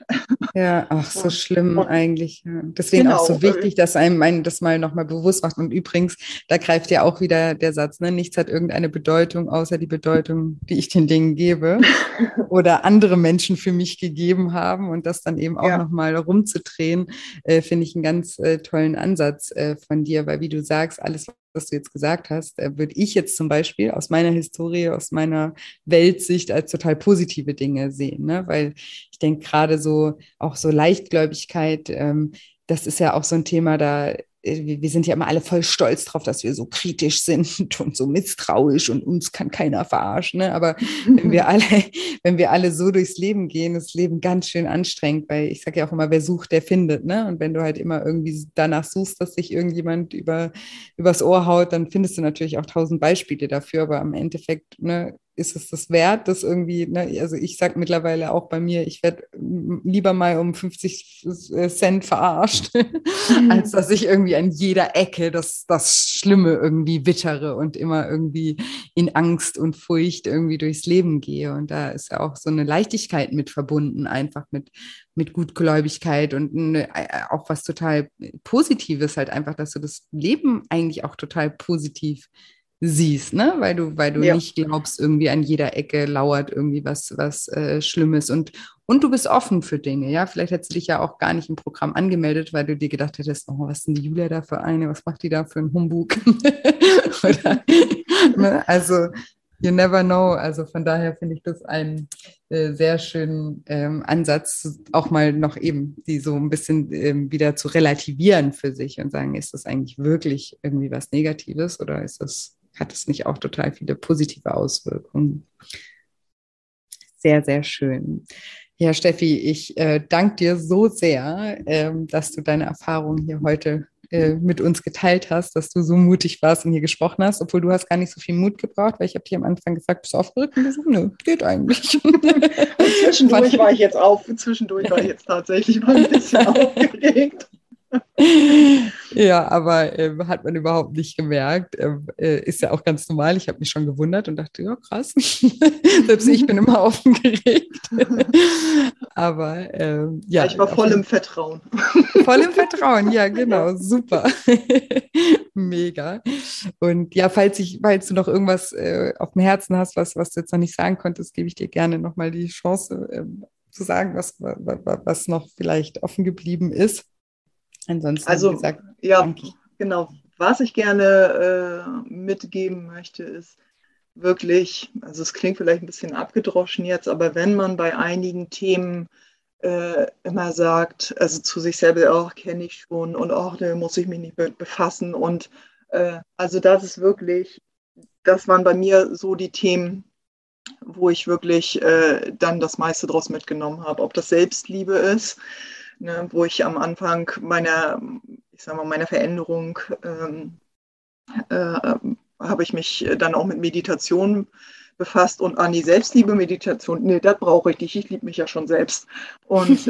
Ja, ach, so schlimm Und eigentlich. Ja. Deswegen auch genau, so wichtig, dass einem das mal nochmal bewusst macht. Und übrigens, da greift ja auch wieder der Satz, ne? Nichts hat irgendeine Bedeutung, außer die Bedeutung, die ich den Dingen gebe oder andere Menschen für mich gegeben haben. Und das dann eben auch ja, nochmal rumzudrehen, finde ich einen ganz tollen Ansatz von dir, weil wie du sagst, alles, was du jetzt gesagt hast, würde ich jetzt zum Beispiel aus meiner Historie, aus meiner Weltsicht als total positive Dinge sehen, ne? Weil ich denke gerade so, auch so Leichtgläubigkeit, das ist ja auch so ein Thema, da wir sind ja immer alle voll stolz drauf, dass wir so kritisch sind und so misstrauisch und uns kann keiner verarschen. Ne? Aber wenn wir alle, wenn wir alle so durchs Leben gehen, ist das Leben ganz schön anstrengend, weil ich sage ja auch immer, wer sucht, der findet. Ne? Und wenn du halt immer irgendwie danach suchst, dass sich irgendjemand übers Ohr haut, dann findest du natürlich auch 1000 Beispiele dafür. Aber am Endeffekt, ne, ist es das wert, das irgendwie, ne? Also ich sage mittlerweile auch bei mir, ich werde lieber mal um 50 Cent verarscht, als dass ich irgendwie an jeder Ecke das Schlimme irgendwie wittere und immer irgendwie in Angst und Furcht irgendwie durchs Leben gehe. Und da ist ja auch so eine Leichtigkeit mit verbunden, einfach mit Gutgläubigkeit und auch was total Positives halt einfach, dass du das Leben eigentlich auch total positiv siehst, ne? Weil du ja. nicht glaubst, irgendwie an jeder Ecke lauert irgendwie was Schlimmes und du bist offen für Dinge, ja. Vielleicht hättest du dich ja auch gar nicht im Programm angemeldet, weil du dir gedacht hättest, oh, was ist denn die Julia da für eine? Was macht die da für einen Humbug? Oder, ne? Also, you never know. Also von daher finde ich das einen sehr schönen Ansatz, auch mal noch eben die so ein bisschen wieder zu relativieren für sich und sagen, ist das eigentlich wirklich irgendwie was Negatives oder hat es nicht auch total viele positive Auswirkungen? Sehr, sehr schön. Ja, Steffi, ich danke dir so sehr, dass du deine Erfahrungen hier heute mit uns geteilt hast, dass du so mutig warst und hier gesprochen hast, obwohl du hast gar nicht so viel Mut gebraucht, weil ich habe dich am Anfang gefragt, bist du aufgeregt? Und du so, nö, geht eigentlich. Und zwischendurch war ich jetzt tatsächlich mal ein bisschen aufgeregt. Ja, aber hat man überhaupt nicht gemerkt. Ist ja auch ganz normal. Ich habe mich schon gewundert und dachte, ja, krass. Selbst ich bin immer aufgeregt. Aber Ja, ja, ich war auf voll im jeden Vertrauen. voll im Vertrauen. Ja, Ja. genau. Super. Mega. Und ja, falls du noch irgendwas auf dem Herzen hast, was du jetzt noch nicht sagen konntest, gebe ich dir gerne nochmal die Chance zu sagen, was noch vielleicht offen geblieben ist. Ansonsten, wie Also, gesagt, ja, danke ich. genau. Was ich gerne mitgeben möchte, ist wirklich, also es klingt vielleicht ein bisschen abgedroschen jetzt, aber wenn man bei einigen Themen immer sagt, also zu sich selber, auch kenne ich schon und auch da muss ich mich nicht befassen. Und also das ist wirklich, das waren bei mir so die Themen, wo ich wirklich dann das meiste draus mitgenommen habe. Ob das Selbstliebe ist, ne, wo ich am Anfang ich sag mal, meiner Veränderung habe ich mich dann auch mit Meditation befasst und an die Selbstliebe-Meditation, nee, das brauche ich nicht, ich liebe mich ja schon selbst. Und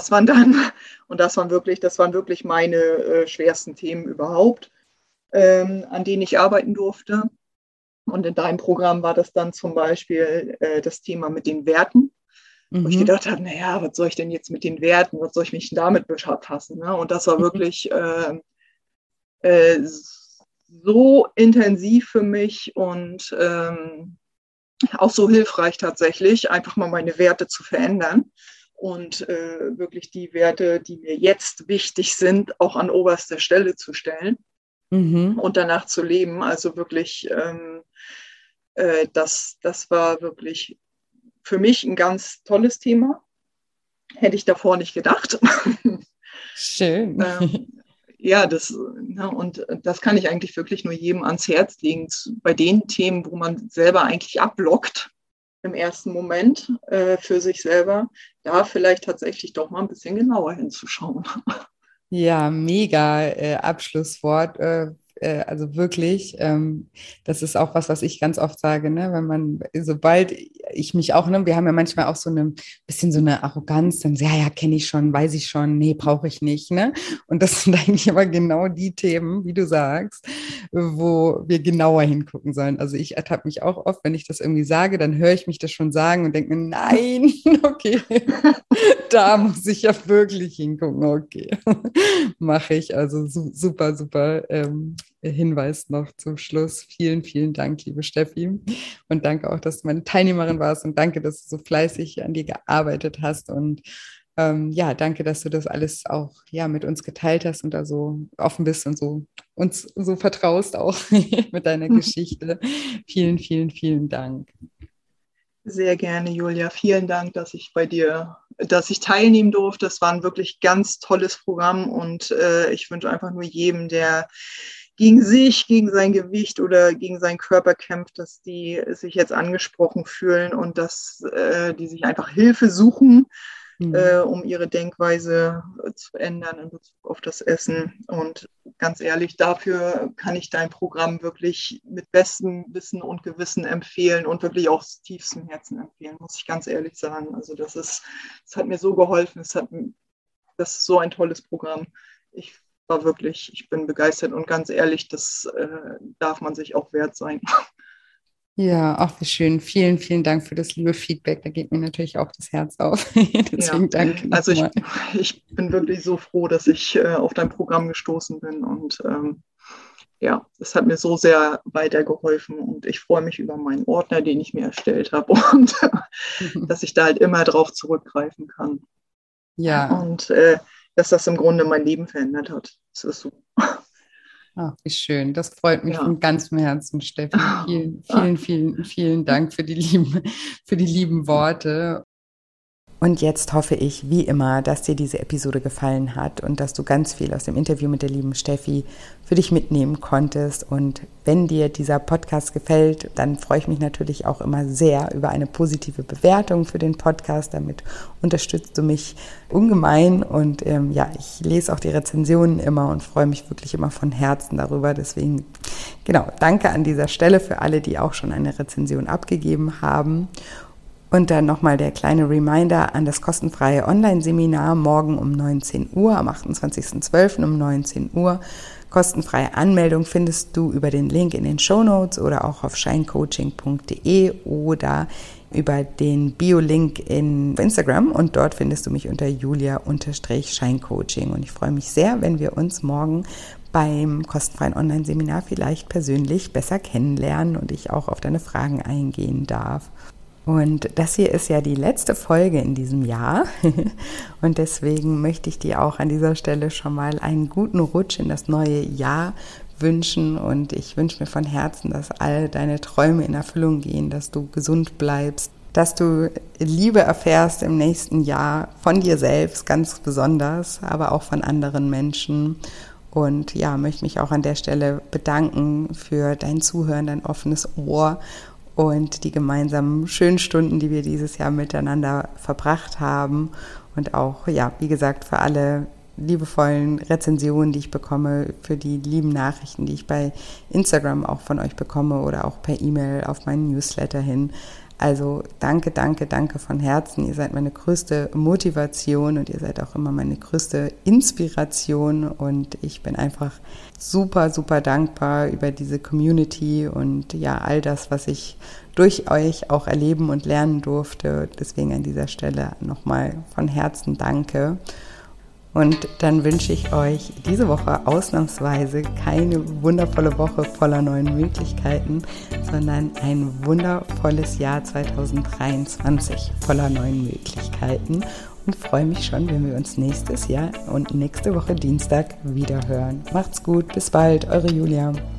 das waren wirklich meine schwersten Themen überhaupt, an denen ich arbeiten durfte. Und in deinem Programm war das dann zum Beispiel das Thema mit den Werten, wo ich Mhm. gedacht habe, naja, was soll ich denn jetzt mit den Werten, was soll ich mich damit befassen? Ne? Und das war wirklich äh, so intensiv für mich und auch so hilfreich tatsächlich, einfach mal meine Werte zu verändern und wirklich die Werte, die mir jetzt wichtig sind, auch an oberster Stelle zu stellen Mhm. und danach zu leben. Also wirklich, das war wirklich für mich ein ganz tolles Thema. Hätte ich davor nicht gedacht. Schön. Ja, und das kann ich eigentlich wirklich nur jedem ans Herz legen. Bei den Themen, wo man selber eigentlich abblockt im ersten Moment für sich selber, da vielleicht tatsächlich doch mal ein bisschen genauer hinzuschauen. Ja, mega Abschlusswort. Also wirklich, das ist auch was ich ganz oft sage, ne? Wenn man, sobald ich mich auch, ne, wir haben ja manchmal auch so ein bisschen so eine Arroganz, dann so, ja, kenne ich schon, weiß ich schon, nee, brauche ich nicht, ne? Und das sind eigentlich immer genau die Themen, wie du sagst, wo wir genauer hingucken sollen. Also ich ertappe mich auch oft, wenn ich das irgendwie sage, dann höre ich mich das schon sagen und denke mir, nein, okay, da muss ich ja wirklich hingucken, okay, mache ich. Also super, super Hinweis noch zum Schluss. Vielen, vielen Dank, liebe Steffi. Und danke auch, dass du meine Teilnehmerin warst und danke, dass du so fleißig an dir gearbeitet hast und danke, dass du das alles auch mit uns geteilt hast und da so offen bist und so uns so vertraust auch mit deiner Geschichte. Vielen, vielen, vielen Dank. Sehr gerne, Julia. Vielen Dank, dass ich teilnehmen durfte. Es war ein wirklich ganz tolles Programm und ich wünsche einfach nur jedem, der gegen sich, gegen sein Gewicht oder gegen seinen Körper kämpft, dass die sich jetzt angesprochen fühlen und dass die sich einfach Hilfe suchen, um ihre Denkweise zu ändern in Bezug auf das Essen. Und ganz ehrlich, dafür kann ich dein Programm wirklich mit bestem Wissen und Gewissen empfehlen und wirklich auch aus tiefstem Herzen empfehlen, muss ich ganz ehrlich sagen. Also das hat mir so geholfen. Das ist so ein tolles Programm. Ich bin begeistert und ganz ehrlich, das darf man sich auch wert sein. Ja, auch wie schön. Vielen, vielen Dank für das liebe Feedback. Da geht mir natürlich auch das Herz auf. Deswegen danke. Also ich bin wirklich so froh, dass ich auf dein Programm gestoßen bin und es hat mir so sehr weitergeholfen und ich freue mich über meinen Ordner, den ich mir erstellt habe und dass ich da halt immer drauf zurückgreifen kann. Ja. Und dass das im Grunde mein Leben verändert hat. Das ist so. Ach, wie schön. Das freut mich von ganzem Herzen, Steffi. Vielen, vielen, vielen, vielen Dank für die lieben Worte. Und jetzt hoffe ich, wie immer, dass dir diese Episode gefallen hat und dass du ganz viel aus dem Interview mit der lieben Steffi für dich mitnehmen konntest. Und wenn dir dieser Podcast gefällt, dann freue ich mich natürlich auch immer sehr über eine positive Bewertung für den Podcast. Damit unterstützt du mich ungemein. Und ich lese auch die Rezensionen immer und freue mich wirklich immer von Herzen darüber. Deswegen, danke an dieser Stelle für alle, die auch schon eine Rezension abgegeben haben. Und dann nochmal der kleine Reminder an das kostenfreie Online-Seminar morgen um 19 Uhr, am 28.12. um 19 Uhr. Kostenfreie Anmeldung findest du über den Link in den Shownotes oder auch auf shinecoaching.de oder über den Bio-Link in Instagram und dort findest du mich unter julia_shinecoaching. Und ich freue mich sehr, wenn wir uns morgen beim kostenfreien Online-Seminar vielleicht persönlich besser kennenlernen und ich auch auf deine Fragen eingehen darf. Und das hier ist ja die letzte Folge in diesem Jahr und deswegen möchte ich dir auch an dieser Stelle schon mal einen guten Rutsch in das neue Jahr wünschen und ich wünsche mir von Herzen, dass all deine Träume in Erfüllung gehen, dass du gesund bleibst, dass du Liebe erfährst im nächsten Jahr von dir selbst ganz besonders, aber auch von anderen Menschen. Und möchte mich auch an der Stelle bedanken für dein Zuhören, dein offenes Ohr und die gemeinsamen schönen Stunden, die wir dieses Jahr miteinander verbracht haben. Und auch, wie gesagt, für alle liebevollen Rezensionen, die ich bekomme, für die lieben Nachrichten, die ich bei Instagram auch von euch bekomme oder auch per E-Mail auf meinen Newsletter hin. Also danke, danke, danke von Herzen. Ihr seid meine größte Motivation und ihr seid auch immer meine größte Inspiration und ich bin einfach super, super dankbar über diese Community und all das, was ich durch euch auch erleben und lernen durfte. Deswegen an dieser Stelle nochmal von Herzen danke. Und dann wünsche ich euch diese Woche ausnahmsweise keine wundervolle Woche voller neuen Möglichkeiten, sondern ein wundervolles Jahr 2023 voller neuen Möglichkeiten und freue mich schon, wenn wir uns nächstes Jahr und nächste Woche Dienstag wieder hören. Macht's gut, bis bald, eure Julia.